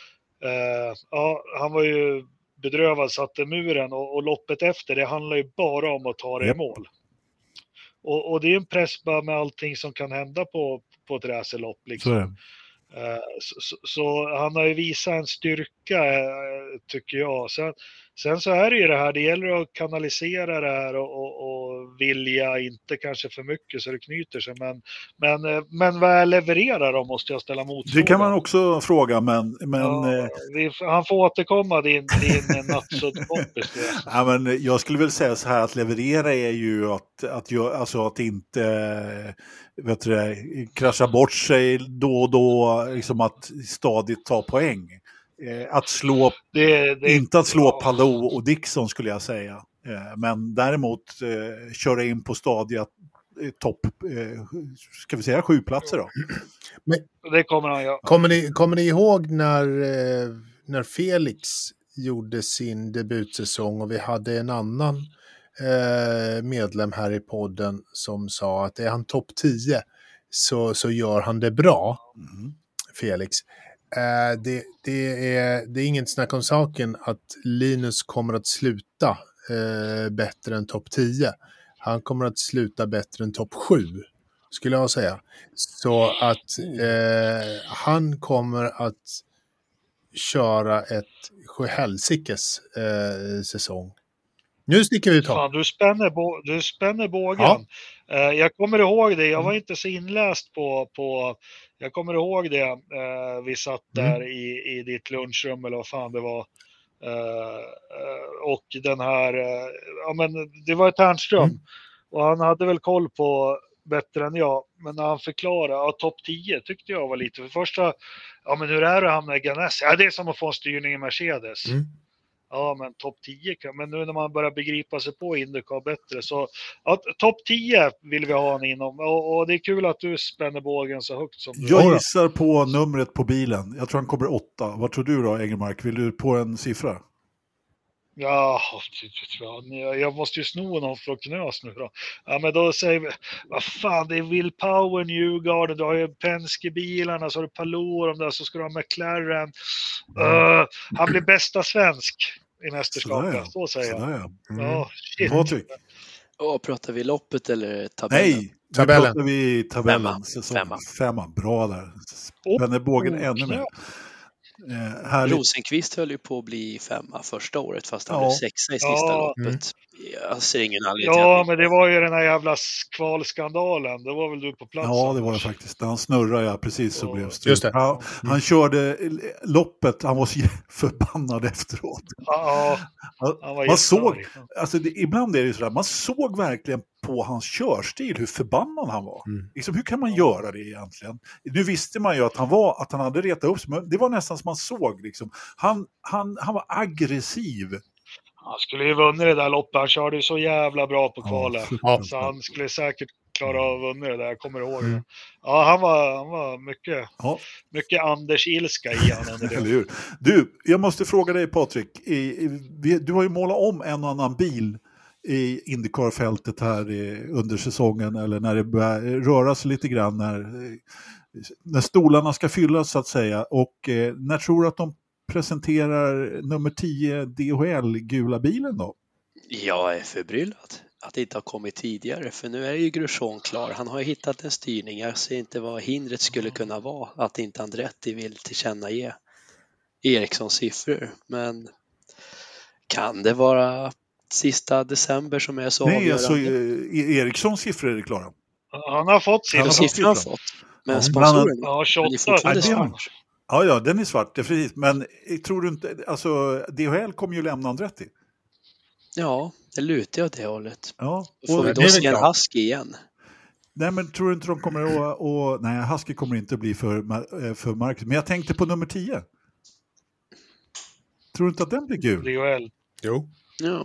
eh, ja, han var ju bedrövad, satte muren och, och loppet efter, det handlar ju bara om att ta det Yep. i mål. Och, och det är en press bara med allting som kan hända på, på ett racerlopp. Liksom. Så är det. Uh, så, så, så han har ju visat en styrka, uh, tycker jag. Sen, sen så är det ju det här, det gäller att kanalisera det här och, och, och vilja, inte kanske för mycket så det knyter sig. Men, men, uh, men vad levererar de, måste jag ställa motfrågan. Det kan man också fråga, men... men ja, eh, vi, han får återkomma, din, din nattsuddkompis. ja, men jag skulle väl säga så här, att leverera är ju att, att, jag, alltså att inte vet du det, krascha bort sig då och då, liksom att stadigt ta poäng. Eh, att slå, det, det, inte att slå ja. Palou och Dixon skulle jag säga. Eh, men däremot eh, köra in på stadiga eh, topp, eh, ska vi säga sju platser då. Men, det kommer han göra. Kommer ni, kommer ni ihåg när, eh, när Felix gjorde sin debutsäsong och vi hade en annan eh, medlem här i podden som sa att är han topp tio så, så gör han det bra, Mm. Felix. Eh, det, det, är, det är inget snack om saken att Linus kommer att sluta eh, bättre än topp tio. Han kommer att sluta bättre än topp sju, skulle jag säga. Så att eh, han kommer att köra ett sjuhelsikes eh, säsong. Nu sticker vi ut. Fan, du spänner, bo- du spänner bågen. Ja. Eh, jag kommer ihåg det, jag var inte så inläst på, på jag kommer ihåg det, eh, vi satt där Mm. i, i ditt lunchrum eller vad fan det var. Eh, och den här, eh, ja men det var ett Tärnström. Mm. Och han hade väl koll på bättre än jag. Men när han förklarade, ja topp tio tyckte jag var lite. För första, ja men hur är det att hamna i Ganassi? Ja det är som att få en styrning i Mercedes. Mm. Ja, men topp tio kan, men nu när man börjar begripa sig på Indycar bättre så ja, topp tio vill vi ha han inom och, och det är kul att du spänner bågen så högt som du Jag gör. gissar på numret på bilen. Jag tror han kommer åtta. Vad tror du då, Engelmark? Vill du på en siffra? Ja, jag måste ju sno någon från Knös nu då. Ja, men då säger vi, vad fan, det är Will Power, Newgarden, du har ju Penske-bilarna, så har du Palou och de där, så ska du ha McLaren. Uh, han blir bästa svensk i mästerskapet, Sådär, så säger jag. Sådär, ja. Mm. Ja, shit. Patrik? Åh, pratar vi loppet eller tabellen? Nej, Tabellen. nu pratar vi tabellen. Femma. Säsong. Femma. Femma. Bra där. Spänner bågen Oh, ännu mer. knä. Eh, härligt. Rosenqvist höll ju på att bli femma första året fast han Ja. blev sexa i sista Ja. loppet. Jag ser ingen anledning till Ja, att... men det var ju den här jävla kvalskandalen. Det var väl du på plats? Ja, det var det faktiskt. När han snurrade, ja, precis så Ja. blev det Just det. Ja, han körde loppet, han var så förbannad efteråt. Ja, Han, han var man såg, jättearg. alltså det, ibland är det ju sådär, man såg verkligen på hans körstil hur förbannad han var. Mm. Liksom, hur kan man göra det egentligen? Nu visste man ju att han var, att han hade retat upp sig, men det var nästan som man såg liksom. Han, han, han var aggressiv. Han skulle ju vunnit det där loppet. Han körde ju så jävla bra på kvalet. Ja. Så han skulle säkert klara av att vinna det där. Jag kommer ihåg Mm. det. Ja, han var, han var mycket, Ja, mycket Anders-ilska i han under eller det. hur? Du, jag måste fråga dig Patrik, i, i, vi- du har ju målat om en och annan bil i Indycar-fältet här i, under säsongen, eller när det börjar röra sig lite grann, när, när stolarna ska fyllas så att säga. Och eh, när tror du att de presenterar nummer tio D H L gula bilen då? Jag är förbryllad att det inte har kommit tidigare, för nu är ju Grosjean klar. Han har ju hittat en styrning. Jag ser inte vad hindret skulle kunna vara att inte Andretti vill tillkännage Erikssons siffror. Men kan det vara sista december som är så Nej, avgörande? alltså eh, Erikssons siffror är klara. Han har fått Han har sin. fått Siffror har siffror. fått. Men Ja, sponsoren Ja, den är tjugoåtta. fortfarande Ja, det är svart. Ja, ja, den är svart, definitivt. Men eh, tror du inte, alltså D H L kommer ju lämna Andretti. Ja, det lutar åt det hållet. Ja, Får och, vi det då är väl se en klart. husky igen? nej men tror du inte de kommer att, och, nej Husky kommer inte att bli för, Ma- för Marcus. Men jag tänkte på nummer tio. Tror du inte att den blir gul? D H L. Jo. Ja.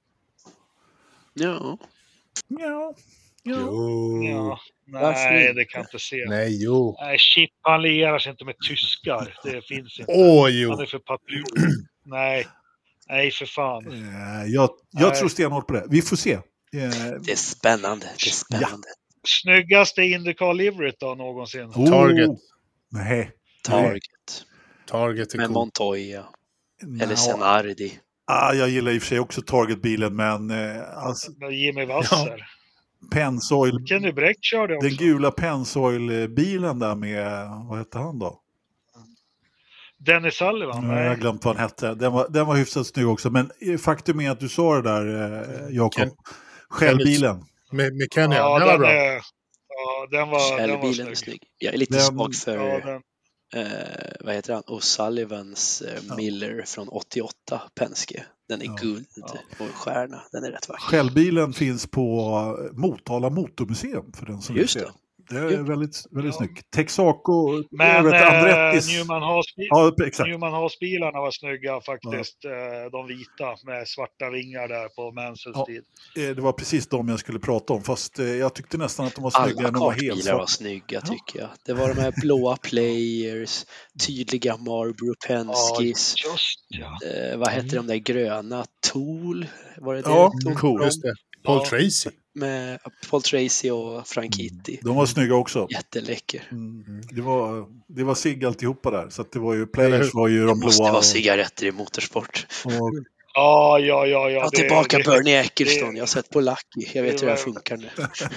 Ja. Ja. Ja. Jo. Ja. Varför Nej, inte? det kan jag inte se. Nej, jo. Nej, Chip, han lierar sig inte med tyskar. Det finns inte. Åh, Han jo. är för patriot. Nej. Nej, för fan. Eh, Jag, jag Nej. tror stenhårt på det. Vi får se. Eh, Det är spännande. Det är spännande. Snyggaste Indycar liveryt då någonsin. oh, Target. Nej. Target. Target är Med cool. Montoya. Eller Nå, Senardi. ah, jag gillar i och för sig också Target-bilen, men eh, alltså, Jimmy Wasser. Pennzoil, Kenny Bräck körde också. den gula Pennzoil-bilen där med, vad hette han då? Dennis Sullivan. Nu har Nej. jag glömt vad han hette. Den var, den var hyfsat snygg också. Men eh, faktum är att du sa det där, eh, Jakob. Ken- Självbilen. Med, med Kenny, Ja, den var den, bra. är, ja, den var, den var Shell-bilen är snygg. snygg. Jag är lite Den- svag för, Ja, den, eh, vad heter han? O'Sullivans eh, Ja. Miller från åttioåtta Penske. Den är Ja. guld och en stjärna. Den är rätt vacker. Självbilen finns på Motala Motormuseum för den som vill Just se. det. Det är Just. väldigt, väldigt Ja. snyggt. Texaco, men jag vet, eh, Andrettis. Newman Haas, Ja, exakt. Newman Haas-bilarna var snygga faktiskt. Eh, De vita med svarta vingar där på Mansells Ja. tid. Eh, Det var precis de jag skulle prata om. Fast eh, jag tyckte nästan att de var snygga Alla när de var helt kartbilar var svarta. snygga tycker jag. Det var de här blåa players, tydliga Marlboro Penskis. Ja, just ja. Eh, vad hette de där gröna? Tool? Var det det? Ja, det tog cool. dem? Just det. Paul Ja. Tracy. Med Paul Tracy och Frank Kitty. De var snygga också. Jätteläcker. Mm. Det var, det var sig alltihopa där. Så att det var ju, Eller players hur? var ju de Det måste blåa. vara Och, cigaretter i motorsport. och, Ja, ja, ja. ja Ta det- tillbaka det- Bernie Ecclestone. det- Jag har sett på Lucky. Jag vet det hur det här var- funkar nu.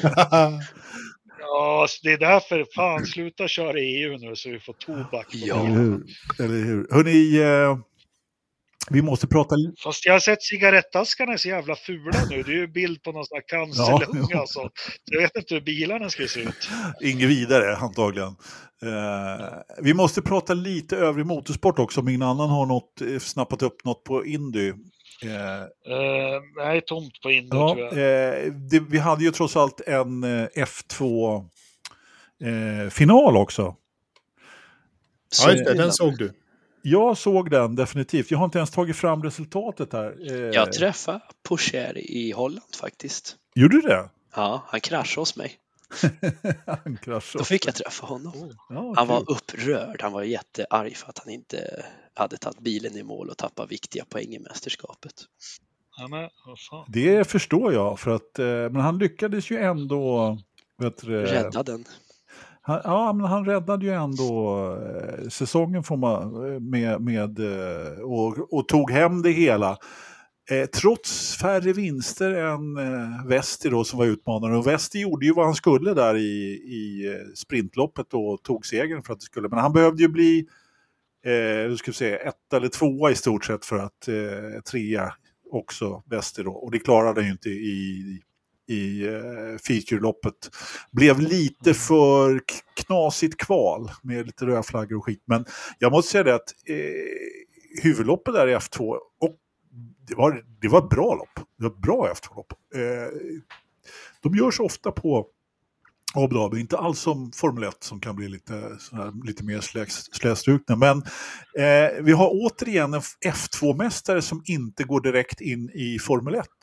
Ja, det är därför fan sluta köra E U nu så vi får tobak. på Ja. eller hur? Eller hur? Hörrni, eh, vi måste prata... li- Fast jag har sett cigarettaskarna är så jävla fula nu. Det är ju bild på någon sån här cancerlunga. Ja. Så jag vet inte hur bilarna ska se ut. Inget vidare, antagligen. Eh, vi måste prata lite övrig motorsport också. Om ingen annan har något, eh, snappat upp något på Indy. Eh, Uh, nej, tomt på Indy ja, tror jag. eh, det, vi hade ju trots allt en eh, F två-final också. Ja, just det. Den såg du. Jag såg den definitivt. Jag har inte ens tagit fram resultatet här. Eh, Jag träffade Pocher i Holland faktiskt. Gjorde du det? Ja, han kraschade hos mig. Han kraschade. Då fick jag träffa honom. Ja, Han var kul. upprörd. Han var jättearg för att han inte hade tagit bilen i mål och tappat viktiga poäng i mästerskapet. Ja, men, vad fan. Det förstår jag. För att, eh, men han lyckades ju ändå... Vet du, det, Rädda den. han, ja, men han räddade ju ändå eh, säsongen får man, eh, med, med, eh, och, och tog hem det hela. Eh, trots färre vinster än eh, Vesti då, som var utmanare. Och Vesti gjorde ju vad han skulle där i, i eh, sprintloppet och tog segern för att det skulle. Men han behövde ju bli eh, hur ska vi säga, ett eller tvåa i stort sett för att eh, trea också Vesti då. Och det klarade han ju inte i, i eh, feature-loppet. Blev lite för k- knasigt kval med lite röda flaggor och skit. Men jag måste säga det att eh, huvudloppet där i F två och det var, det var bra lopp. Det var bra F två-lopp. Eh, de görs ofta på Abu Dhabi. Inte alls som Formel ett som kan bli lite, sådär, lite mer släs- slästrukna. Men eh, vi har återigen en F två-mästare som inte går direkt in i Formel ett.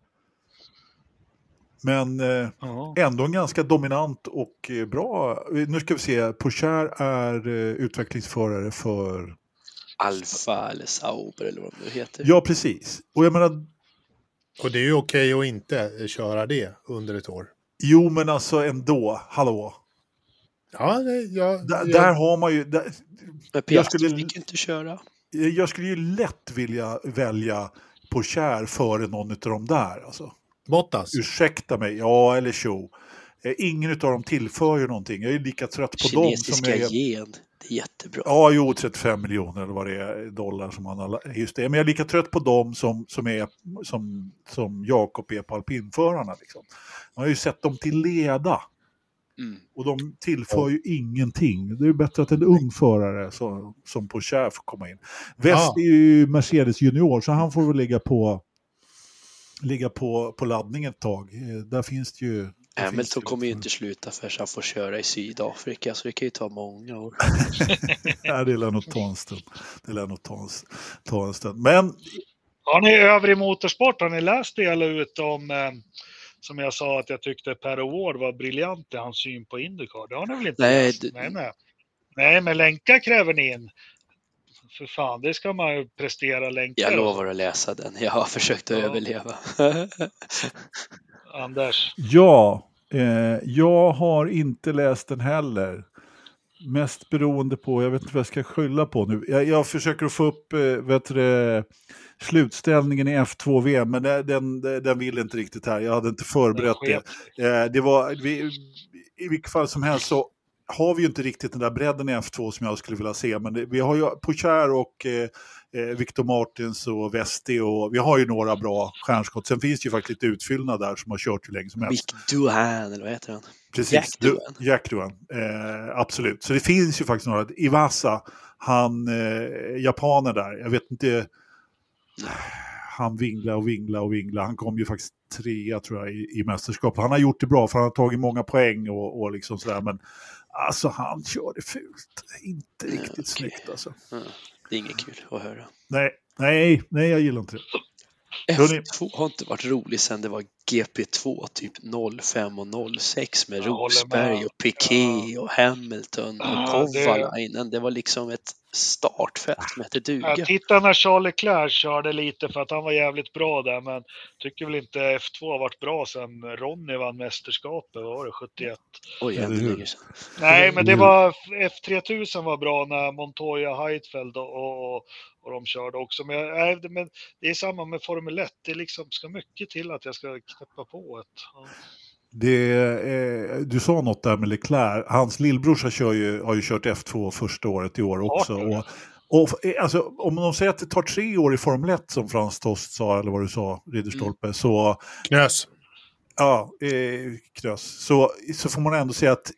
Men eh, Ja. ändå en ganska dominant och eh, bra. Nu ska vi se. Pocher är eh, utvecklingsförare för... Alfa eller Sauber eller vad det nu heter. Ja, precis. Och jag menar... Och det är ju okej att inte köra det under ett år. Jo, men alltså ändå. Hallå. Ja, det, jag, Där, jag, där har man ju... Där, Men jag Piastri skulle- fick ju inte köra. jag skulle ju lätt vilja välja Pogačar före någon av dem där. Alltså. Bottas. Ursäkta mig, ja eller tjo. Ingen av dem tillför ju någonting. Jag är lika trött på dem som är... Kinesiska yen, det är jättebra. Ja, jo, trettiofem miljoner eller vad det är, dollar som han har... Just det, men jag är lika trött på dem som, som, är, som, som Jakob är på alpinförarna. Liksom. Man har ju sett dem till leda. Mm. Och de tillför ju ingenting. Det är ju bättre att en ung förare som, som Pogačar får komma in. West Ja. är ju Mercedes junior, så han får väl ligga på, ligga på, på laddning ett tag. Där finns det ju... Det Hamilton finns kommer ju för... inte sluta förrän han får köra i Sydafrika, så det kan ju ta många år. Ja, det lär nog ta en stund. Det lär nog ta en, ta en stund. Men... Har ni övrig motorsport? Har ni läst det eller ut om... Eh... Som jag sa att jag tyckte Per Award var briljant i hans syn på IndyCar. Det har ni väl inte Nej, läst? det... nej, nej. Nej, men länkar kräver ni in. För fan, det ska man ju prestera länkar. Jag lovar att läsa den. Jag har försökt att ja. överleva. Anders? Ja, eh, jag har inte läst den heller. Mest beroende på, jag vet inte vad jag ska skylla på nu. Jag, jag försöker att få upp eh, vet du, slutställningen i F två V M, men den, den, den vill inte riktigt här. Jag hade inte förberett det. Eh, det var, vi, i vilket fall som helst så har vi ju inte riktigt den där bredden i F två som jag skulle vilja se. Men det, vi har ju Pogačar och eh, Victor Martins och Vesti och vi har ju några bra stjärnskott. Sen finns det ju faktiskt lite utfyllnad där som har kört hur länge som helst. Mick Duhan, eller vad heter han? Precis, Jack Duhan. Du, Jack Duhan. Eh, absolut. Så det finns ju faktiskt några. Iwasa, han eh, japaner där. Jag vet inte. Han vinglar och vinglar och vinglar. Han kom ju faktiskt trea tror jag i, i mästerskapet. Han har gjort det bra för han har tagit många poäng och, och liksom sådär. Men alltså han körde fult. Inte riktigt ja, okay. snyggt alltså. Ja, det är inget kul att höra. Nej, nej, nej jag gillar inte det. F två har inte varit roligt sedan det var G P två typ noll fem och noll sex med jag Rosberg och Piquet ja. och Hamilton och ja, Kovalainen. Det... det var liksom ett startfält som hette duga. Jag tittade när Charles Leclerc körde lite för att han var jävligt bra där, men tycker väl inte F två har varit bra sedan Ronny vann mästerskapet, vad var det, sjuttioett? Oj, ännu längre sedan. Nej, men det var F tre tusen var bra när Montoya, Heidfeld och, och, och de körde också. Men, nej, men det är samma med Formel ett, det liksom ska mycket till att jag ska knäppa på ett. Ja. Det, eh, du sa något där med Leclerc. Hans lillbrorsa kör ju, har ju kört F två första året i år också. Och, och, alltså, om de säger att det tar tre år i Formel ett som Frans Tost sa, eller vad du sa, Ridderstolpe, mm. så... Knös. Ja, eh, knös. Så, så får man ändå säga att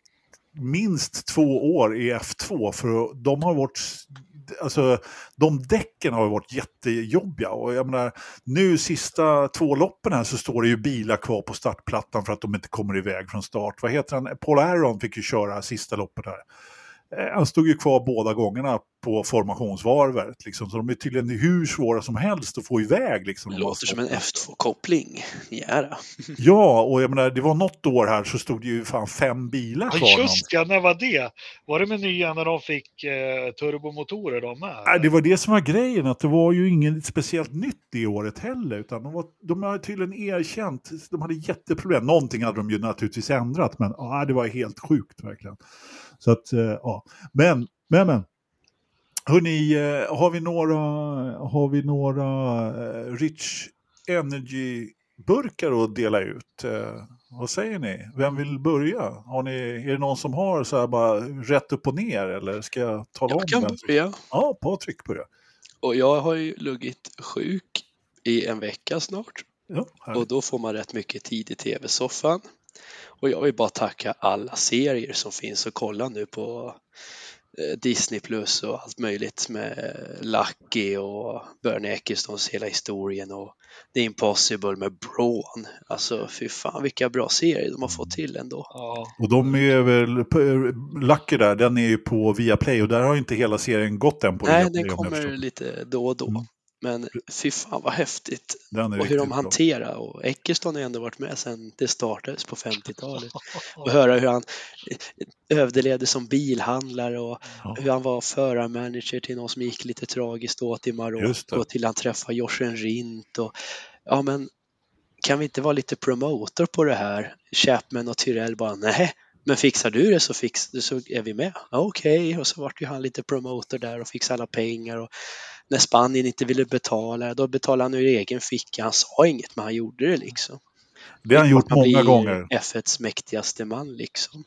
minst två år i F två, för de har varit... Alltså, de däcken har varit jättejobbiga och jag menar, nu sista två loppen här så står det ju bilar kvar på startplattan för att de inte kommer iväg från start. Vad heter han? Paul Aron fick ju köra sista loppet här. Han stod ju kvar båda gångerna på formationsvarvet. Liksom. Så de är tydligen hur svåra som helst att få iväg. Liksom, det låter som en F två-koppling. Jära. Ja, och jag menar, det var något år här så stod det ju fan fem bilar kvar. Ja, just ja, när var det? Var det med nya när de fick eh, turbomotorer de med? Nej, det var det som var grejen, att det var ju inget speciellt nytt i året heller. Utan de, var, de har tydligen erkänt, de hade jätteproblem. Någonting hade de ju naturligtvis ändrat, men ja, det var helt sjukt verkligen. Så att, ja. Men, men, men. Hörrni, har vi några, har vi några uh, Rich Energy-burkar att dela ut? Uh, vad säger ni? Vem vill börja? Har ni, är det någon som har så här bara rätt upp och ner? Eller ska jag tala jag om? Jag kan börja. Ja, Patrik börja. Och jag har ju luggit sjuk i en vecka snart. Ja, och då får man rätt mycket tid i tv-soffan. Och jag vill bara tacka alla serier som finns och kolla nu på Disney Plus och allt möjligt med Lucky och Bernie Ecclestons hela historien och The Impossible med Braun. Alltså fy fan vilka bra serier de har fått till ändå. Ja. Och de är väl, Lucky där, den är ju på Viaplay och där har inte hela serien gått än på Nej, Viaplay. den kommer lite då och då. Mm. Men fy fan vad häftigt. Och hur de hanterar. Bra. Och Eccleston har ändå varit med sedan det startades på femtiotalet. Och höra hur han överlevde som bilhandlare och ja. hur han var förarmanager till någon som gick lite tragiskt åt i Marocko till han träffade Jochen Rindt. Och, ja men kan vi inte vara lite promotor på det här? Chapman och Tyrell bara, nej, Men fixar du det så, fix, så är vi med. Okej, okay. Och så vart ju han lite promoter där och fixade alla pengar. Och när Spanien inte ville betala, då betalade han ur egen ficka. Han sa inget, men han gjorde det liksom. Det har han gjort många gånger. F ett mäktigaste man liksom.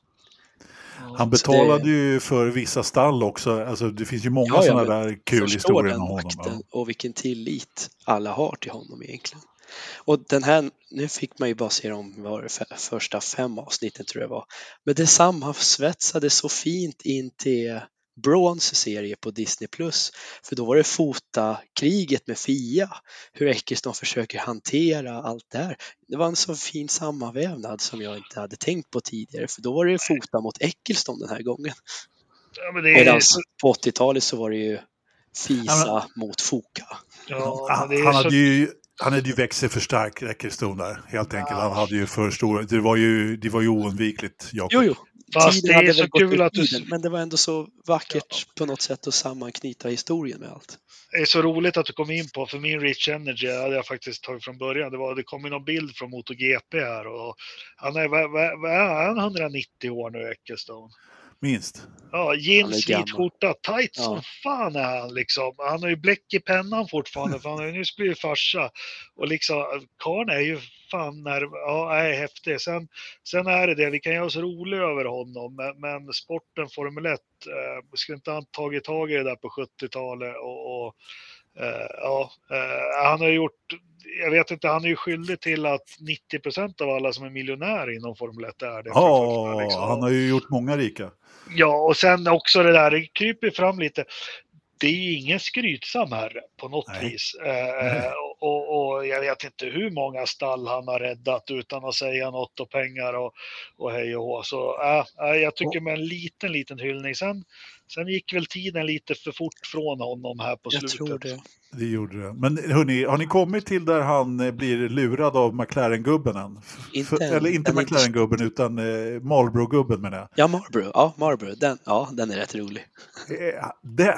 Han betalade det... ju för vissa stall också. Alltså, det finns ju många ja, sådana där kul historier med honom. Ja. Och vilken tillit alla har till honom egentligen. Och den här, nu fick man ju bara se de var det första fem avsnitten tror jag var. Men det sammansvetsade så fint in till Brons serie på Disney plus. För då var det fota kriget med Fia. Hur Eccleston försöker hantera allt det här. Det var en så fin sammanvävnad som jag inte hade tänkt på tidigare. För då var det fota mot Eccleston den här gången. Ja, men det är... Medan på åttiotalet så var det ju Fisa ja, men... mot Foka. Ja, det är han så... hade ju Han hade ju växt sig för stark, Eccleston där, helt enkelt. Han hade ju för stor, det var ju, det var ju oundvikligt, Jakob. Jo, jo. Fast det är så kul att du... Men det var ändå så vackert ja. på något sätt att sammanknyta historien med allt. Det är så roligt att du kom in på, för min Rich Energy hade jag faktiskt tagit från början. Det, var, det kom in en bild från MotoGP här och han är, vad, vad är han, hundranittio år nu, Eccleston? Minst. Ja, jeans, vit skjorta, tight ja. som fan är han liksom. Han har ju bläck i pennan fortfarande för han har ju nyss blivit farsa. Och liksom, karn är ju fan när, ja, är häftig. Sen, sen är det det, vi kan göra oss roliga över honom. Men, men sporten Formel ett, eh, skulle inte han tagit tag i det där på sjuttiotalet och, och eh, ja, eh, han har gjort, jag vet inte, han är ju skyldig till att nittio procent av alla som är miljonärer inom Formel ett är det. Ja, liksom. Han har ju gjort många rika. Ja, och sen också det där, det kryper fram lite. Det är ju ingen skrytsam herre på något Nej. vis. Eh, och, och jag vet inte hur många stall han har räddat utan att säga något och pengar och, och hej och hå. Så äh, jag tycker med en liten, liten hyllning. Sen, sen gick väl tiden lite för fort från honom här på slutet. Jag tror det. Det gjorde det. Men hörni, har ni kommit till där han blir lurad av McLaren-gubben än? Inte, För, eller inte McLaren-gubben inte... utan eh, Marlboro-gubben menar jag. Ja, Marlboro. Ja, Marlboro. Den, ja, den är rätt rolig. Eh, det...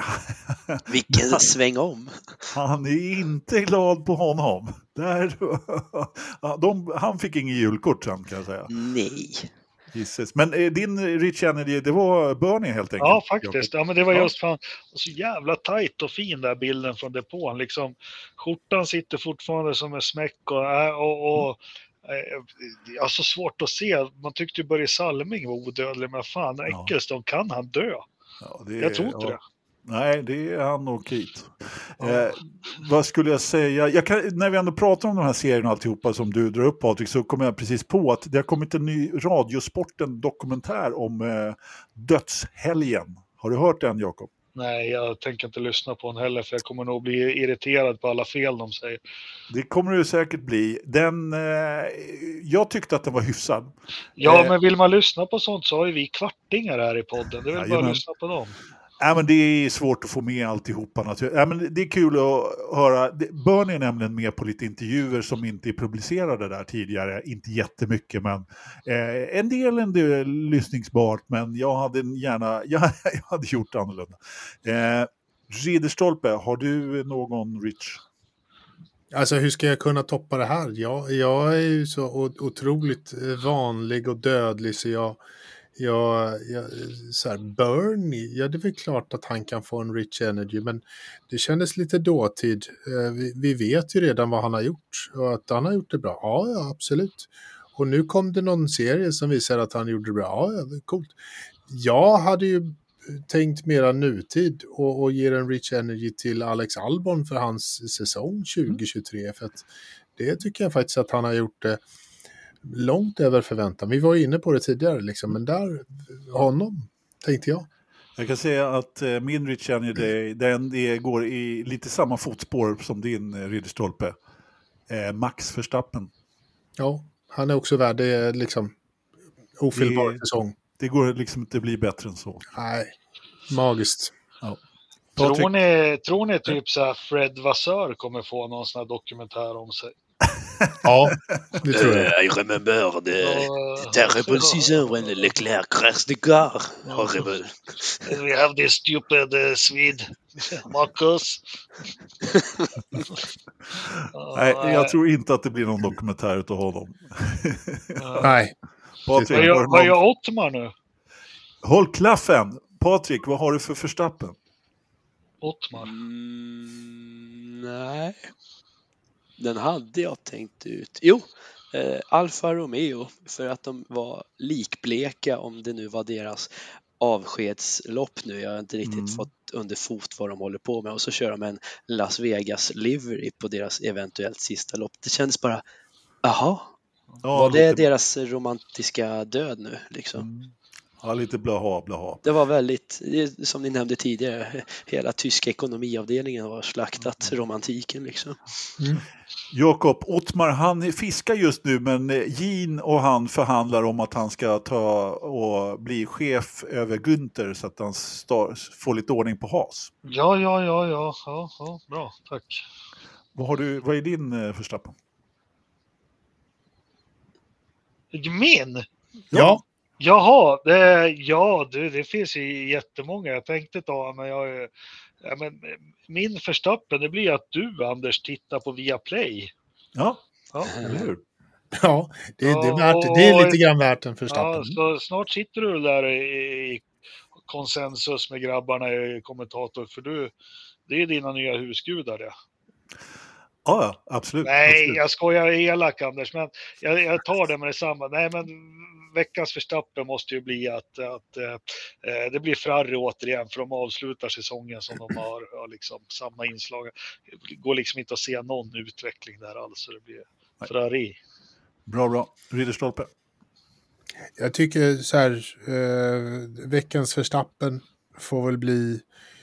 Vilken sväng om. Han är inte glad på honom. Där... De, han fick ingen julkort sen kan jag säga. Nej. Jesus. Men eh, din Rich Energy, det var Bernie helt enkelt. Ja, faktiskt. Ja, men det var just fan så jävla tajt och fin där bilden från depån. Liksom, skjortan sitter fortfarande som en smäck och, och, och mm. eh, alltså svårt att se. Man tyckte ju Börje Salming var odödlig, men fan, Eccleston, ja. kan han dö? Ja, det, jag tror inte ja. det. Nej, det är han och Keith. Eh, vad skulle jag säga? Jag kan, när vi ändå pratar om de här serierna och alltihopa som du drar upp, Patrik, så kommer jag precis på att det har kommit en ny Radiosporten-dokumentär om eh, dödshelgen. Har du hört den, Jakob? Nej, jag tänker inte lyssna på den heller, för jag kommer nog bli irriterad på alla fel de säger. Det kommer du säkert bli. Den, eh, jag tyckte att den var hyfsad. Ja, eh, men vill man lyssna på sånt så har ju vi kvartingar här i podden. Det vill ja, bara men... lyssna på dem. Ja, men det är svårt att få med alltihopa. Ja, men det är kul att höra. Bernie är nämligen med på lite intervjuer som inte är publicerade där tidigare. Inte jättemycket, men eh, en del en del lyssningsbart. Men jag hade gärna jag, jag hade gjort annorlunda. Eh, Ridderstolpe, har du någon Rich? Alltså hur ska jag kunna toppa det här? Jag, jag är ju så otroligt vanlig och dödlig så jag... Ja, ja, så här, Bernie, ja det är väl klart att han kan få en Rich Energy, men det kändes lite dåtid. Vi, vi vet ju redan vad han har gjort och att han har gjort det bra. Ja, ja, absolut. Och nu kom det någon serie som visar att han gjorde det bra. Ja, ja, det är coolt. Jag hade ju tänkt mera nutid och, och ger en Rich Energy till Alex Albon för hans säsong tjugo tjugotre. För att det tycker jag faktiskt att han har gjort det långt över förväntan. Vi var inne på det tidigare liksom, men där honom tänkte jag. Jag kan säga att eh, min Rich Energy, den det går i lite samma fotspår som din eh, Ridderstolpe. Eh, Max Verstappen. Ja, han är också värd det liksom ofelbar det, säsong. Det går liksom inte bli bättre än så. Nej, magiskt. Ja. Tror ni, tror ni typ så här Fred Vassör kommer få någon sån här dokumentär om sig? Ja, det tror jag. Uh, I remember the uh, terrible season when Leclerc crashed the car. Horrible. We have this stupid uh, Swede, Marcus. uh, Nej, jag tror inte att det blir någon dokumentär utav honom. uh, Nej. Patrik, Vad har gör, du vad någon... gör Ottmar nu? Håll klaffen! Patrik, vad har du för Verstappen? Ottmar. Mm, nej. Den hade jag tänkt ut. Jo, eh, Alfa Romeo, för att de var likbleka, om det nu var deras avskedslopp nu. Jag har inte riktigt Mm. fått under fot vad de håller på med. Och så kör de en Las Vegas livery på deras eventuellt sista lopp. Det känns bara, aha, Ja, var det lite... deras romantiska död nu liksom? Mm. Ja, lite blaha, blaha. Det var väldigt, som ni nämnde tidigare, hela tyska ekonomiavdelningen har slaktat romantiken liksom. Mm. Jakob, Ottmar, han fiskar just nu, men Jean och han förhandlar om att han ska ta och bli chef över Günther så att han star- får lite ordning på Haas. Ja, ja, ja, ja, ja, ja, bra, tack. Vad, har du, vad är din eh, Verstappen? Min? Ja. Jaha, det, ja, du, det finns ju jättemånga. Jag tänkte ta, men jag... Ja, men min Verstappen, det blir att du, Anders, tittar på Viaplay. Ja, Ja. eller hur? Ja, det, det, är värt, det är lite grann värt en Verstappen. Ja, så snart sitter du där i, i konsensus med grabbarna i kommentator, för du, det är dina nya husgudar det. Ja, ja, absolut. Nej, absolut. jag skojar elak, Anders, men jag, jag tar det med detsamma. Nej, men veckans Verstappen måste ju bli att, att eh, det blir Ferrari återigen, för de avslutar säsongen som de har, har liksom samma inslag. Det går liksom inte att se någon utveckling där alls, så det blir Ferrari. Bra, bra. Ridderstolpe. Jag tycker så här, eh, veckans Verstappen får väl bli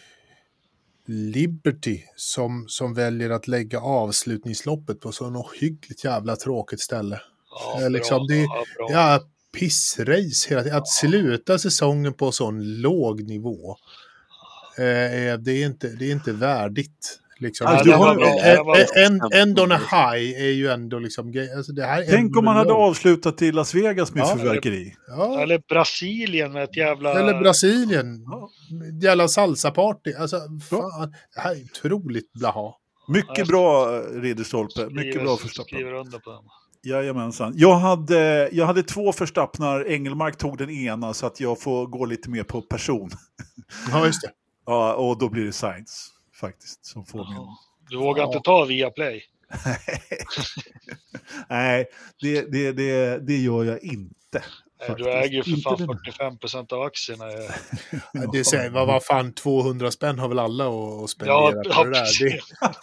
Liberty som, som väljer att lägga avslutningsloppet på så något hyggligt jävla tråkigt ställe. Ja, Eh, liksom, det, ja, bra. ja, pissrace hela tiden. Att sluta säsongen på sån låg nivå, eh, det, är inte, det är inte värdigt. Liksom. Alltså, du har- en, en, en Donna High är ju ändå liksom... Alltså det här är Tänk om man hade lågt. avslutat i Las Vegas med Ja, fyrverkeri. Ja. Eller Brasilien med ett jävla... Eller Brasilien. Ja. Jävla salsa-party. Alltså, fan. Det här är otroligt blaha. Mycket Ja, bra, Ridderstolpe. skriver, Mycket bra Verstappen. skriver under på den. Jajamensan. Jag hade, jag hade två Verstappnar. Engelmark tog den ena, så att jag får gå lite mer på person. Ja, just det. Ja, och då blir det Sainz faktiskt som får min... Ja. Du vågar Ja. inte ta Viaplay? Nej, det, det, det, det gör jag inte. Nej, faktiskt. du äger ju för Inte fan den- fyrtiofem procent av aktierna. Ja, det säger, vad, vad fan, tvåhundra spänn har väl alla att, att spendera Ja, på ja, det där. Det,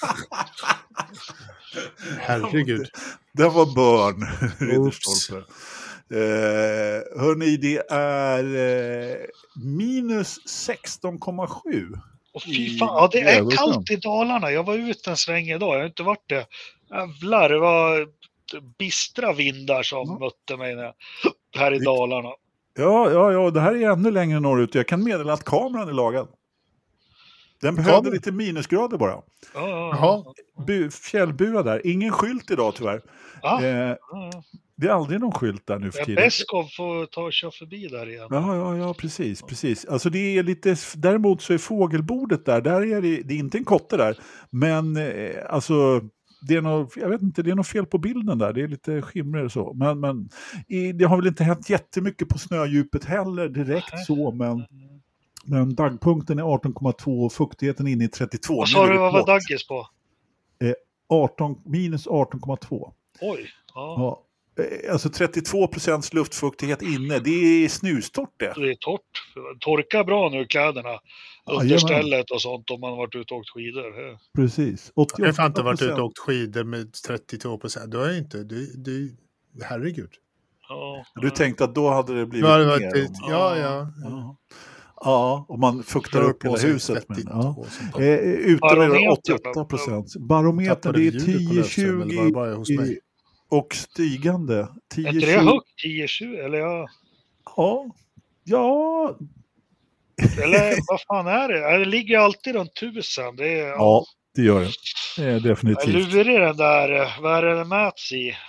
herregud. Det var börn, Ridderstolpe. Eh, hörni, det är eh, minus sexton komma sju. Och fy fan, ja, det är Jävlar. kallt i Dalarna. Jag var ute en sväng idag, jag har inte varit det. Jävlar, det var bistra vindar som Ja. mötte mig när, här i Det- Dalarna. Ja, ja, ja, det här är ännu längre norrut. Jag kan meddela att kameran är lagad. Den behövde Kameran? lite minusgrader bara. Ja, ja, Jaha. Bu- fjällbua där. Ingen skylt idag tyvärr. ja. Eh, Ja, ja. det är aldrig någon skylt där nu för Ja, tiden. Beskov får ta och köra förbi där igen. Ja, ja, ja, precis, precis. Alltså det är lite, däremot så är fågelbordet där, där är det, det är inte en kotte där, men eh, alltså det är nog, jag vet inte, det är nog fel på bilden där, det är lite skimmer och så, men, men i, det har väl inte hänt jättemycket på snödjupet heller direkt så, men, men dagpunkten är arton komma två och fuktigheten inne i trettiotvå. Vad Nu sa är du, det vad var blått. Daggis på? arton, minus arton komma två. Oj. Ja. Ja. Eh, Alltså trettiotvå procent luftfuktighet inne, det är snustort det. Det är torrt. Torka bra nu kläderna. Jajamän. Understället och sånt om man har varit ute och åkt skidor. Precis. Jag har fan inte varit ute procent. och åkt skidor med trettiotvå procent. Det har jag inte. Det, det, herregud. Ja. Du tänkte att då hade det blivit Ja, det var mer? ett, om- ja, ja. Ja. Ja, och man fuktar upp hela huset. Men, ja. och sånt eh, där. ute är det Barometer, åttioåtta procent. Barometern Tappade det är vi ljudet på tio Löfström, eller var det bara hos tjugo mig? och stigande. Är tio inte det tjugo. högt? tio tjugo? Eller ja. Ja, ja, Eller vad fan är det? Det ligger alltid runt tusen. Det är, ja, det gör det. Det är Jag definitivt. lurar den där. Vad är det det mäts i?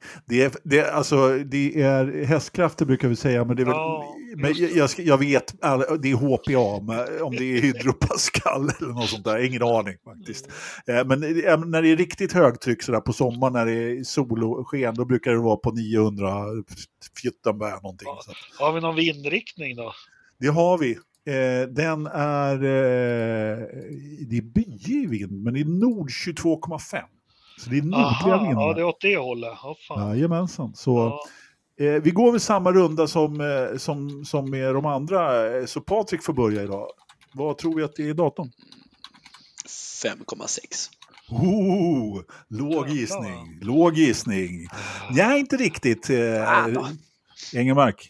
Det är, det, är, alltså, det är hästkrafter brukar vi säga, men det är väl, Ja, men jag, jag, jag vet, det är H P A, men om det är hydropascal eller något sånt där, ingen aning faktiskt. Men när det är riktigt högtryck sådär på sommaren, när det är sol och sken, då brukar det vara på niohundrafjorton bär någonting. Ja. Så. Har vi någon vindriktning då? Det har vi. Den är, det är byig vind, men det är nord tjugotvå komma fem. Så det är nordliga vindar. Ja, det är åt det hållet. Oh, fan. Jajamensan. Så Ja. eh, vi går väl samma runda som, eh, som, som med de andra. Så Patrik får börja idag. Vad tror vi att det är i datorn? fem komma sex. Oh, låg gissning. Låg gissning. Nej, inte riktigt. Eh, Engelmark.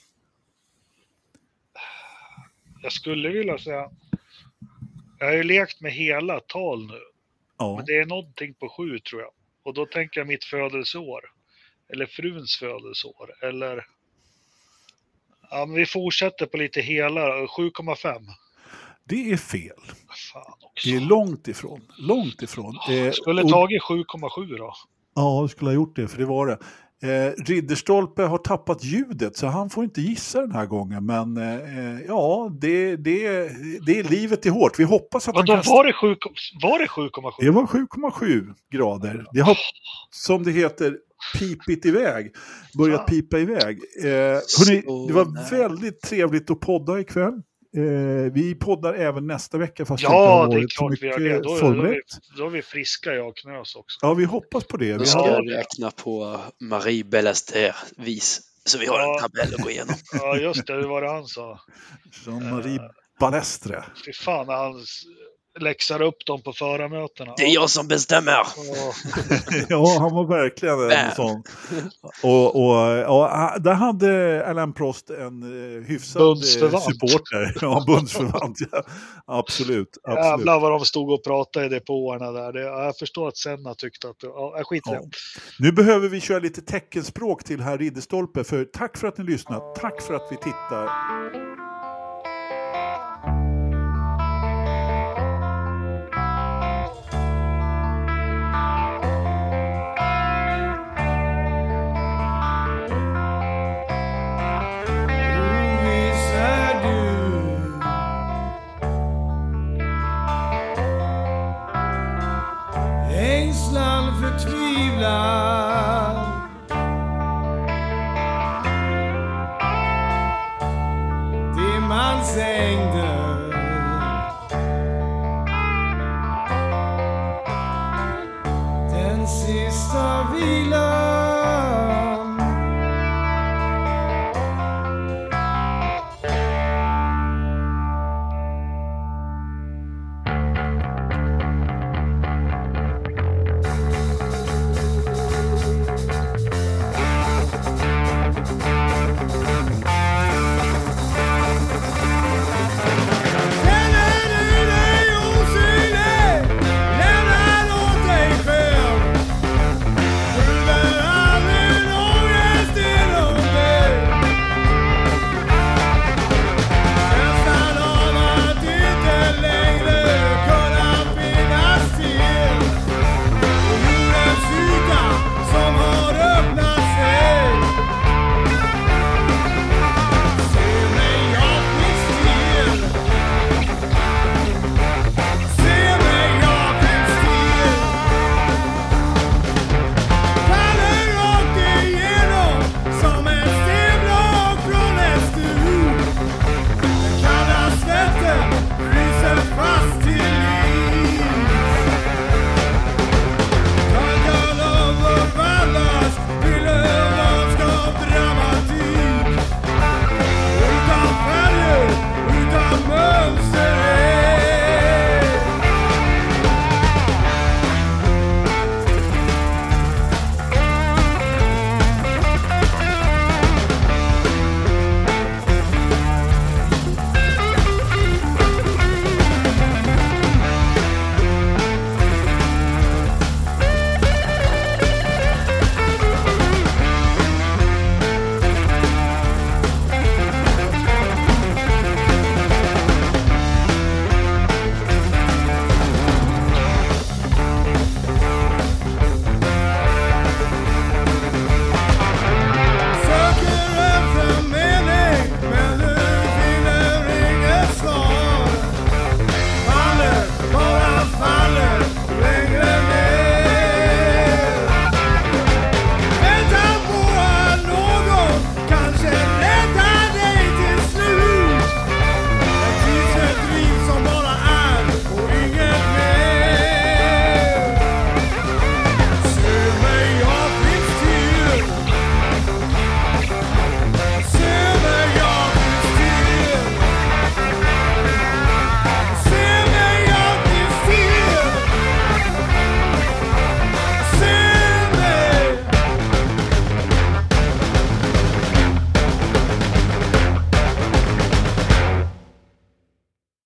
Jag skulle vilja säga, jag har ju lekt med hela tal nu. Ja. Men det är någonting på sju tror jag. Och då tänker jag mitt födelseår. Eller fruns födelseår. Eller... Ja, men vi fortsätter på lite hela. sju komma fem. Det är fel. Fan också. Det är långt ifrån. Långt ifrån. Jag skulle och... tagit sju komma sju då. Ja, jag skulle ha gjort det, för det var det. Eh, Ridderstolpe har tappat ljudet, så han får inte gissa den här gången. Men eh, ja, det, det, det är livet är hårt. Vi hoppas att Men han då kan... var det sju, var det sju komma sju? Det var sju komma sju grader. Det har, som det heter, pipit iväg. Börjat Ja. pipa iväg. Eh, hörni, det var väldigt trevligt att podda ikväll. Eh, vi poddar även nästa vecka, fast Ja, inte det är klart vi gör det. Då, då, är vi, då är vi friska, jag och Knös också. Ja, vi hoppas på det. Då Vi ska har... jag räkna på Marie Bellester vis. Så vi har Ja. en tabell att gå igenom. Ja, just det. Hur var det han sa? Jean-Marie Balestre. Fy fan, han läxar upp dem på förarmötena. Det är jag som bestämmer. Ja. Ja, han var verkligen en Bam. sån. Och, och, och där hade Alain Prost en uh, hyfsad Bundsförvant. supporter. Ja, bundsförvant. Ja. Absolut, absolut. Jävlar vad de stod och pratade i depåerna där. Det, jag förstår att Senna tyckte att... Ja, skit Ja. Nu behöver vi köra lite teckenspråk till herr Ridderstolpe. För tack för att ni lyssnat. Tack för att vi tittar. Ängslan, förtvivlan, dimmansängder, den sista vilan.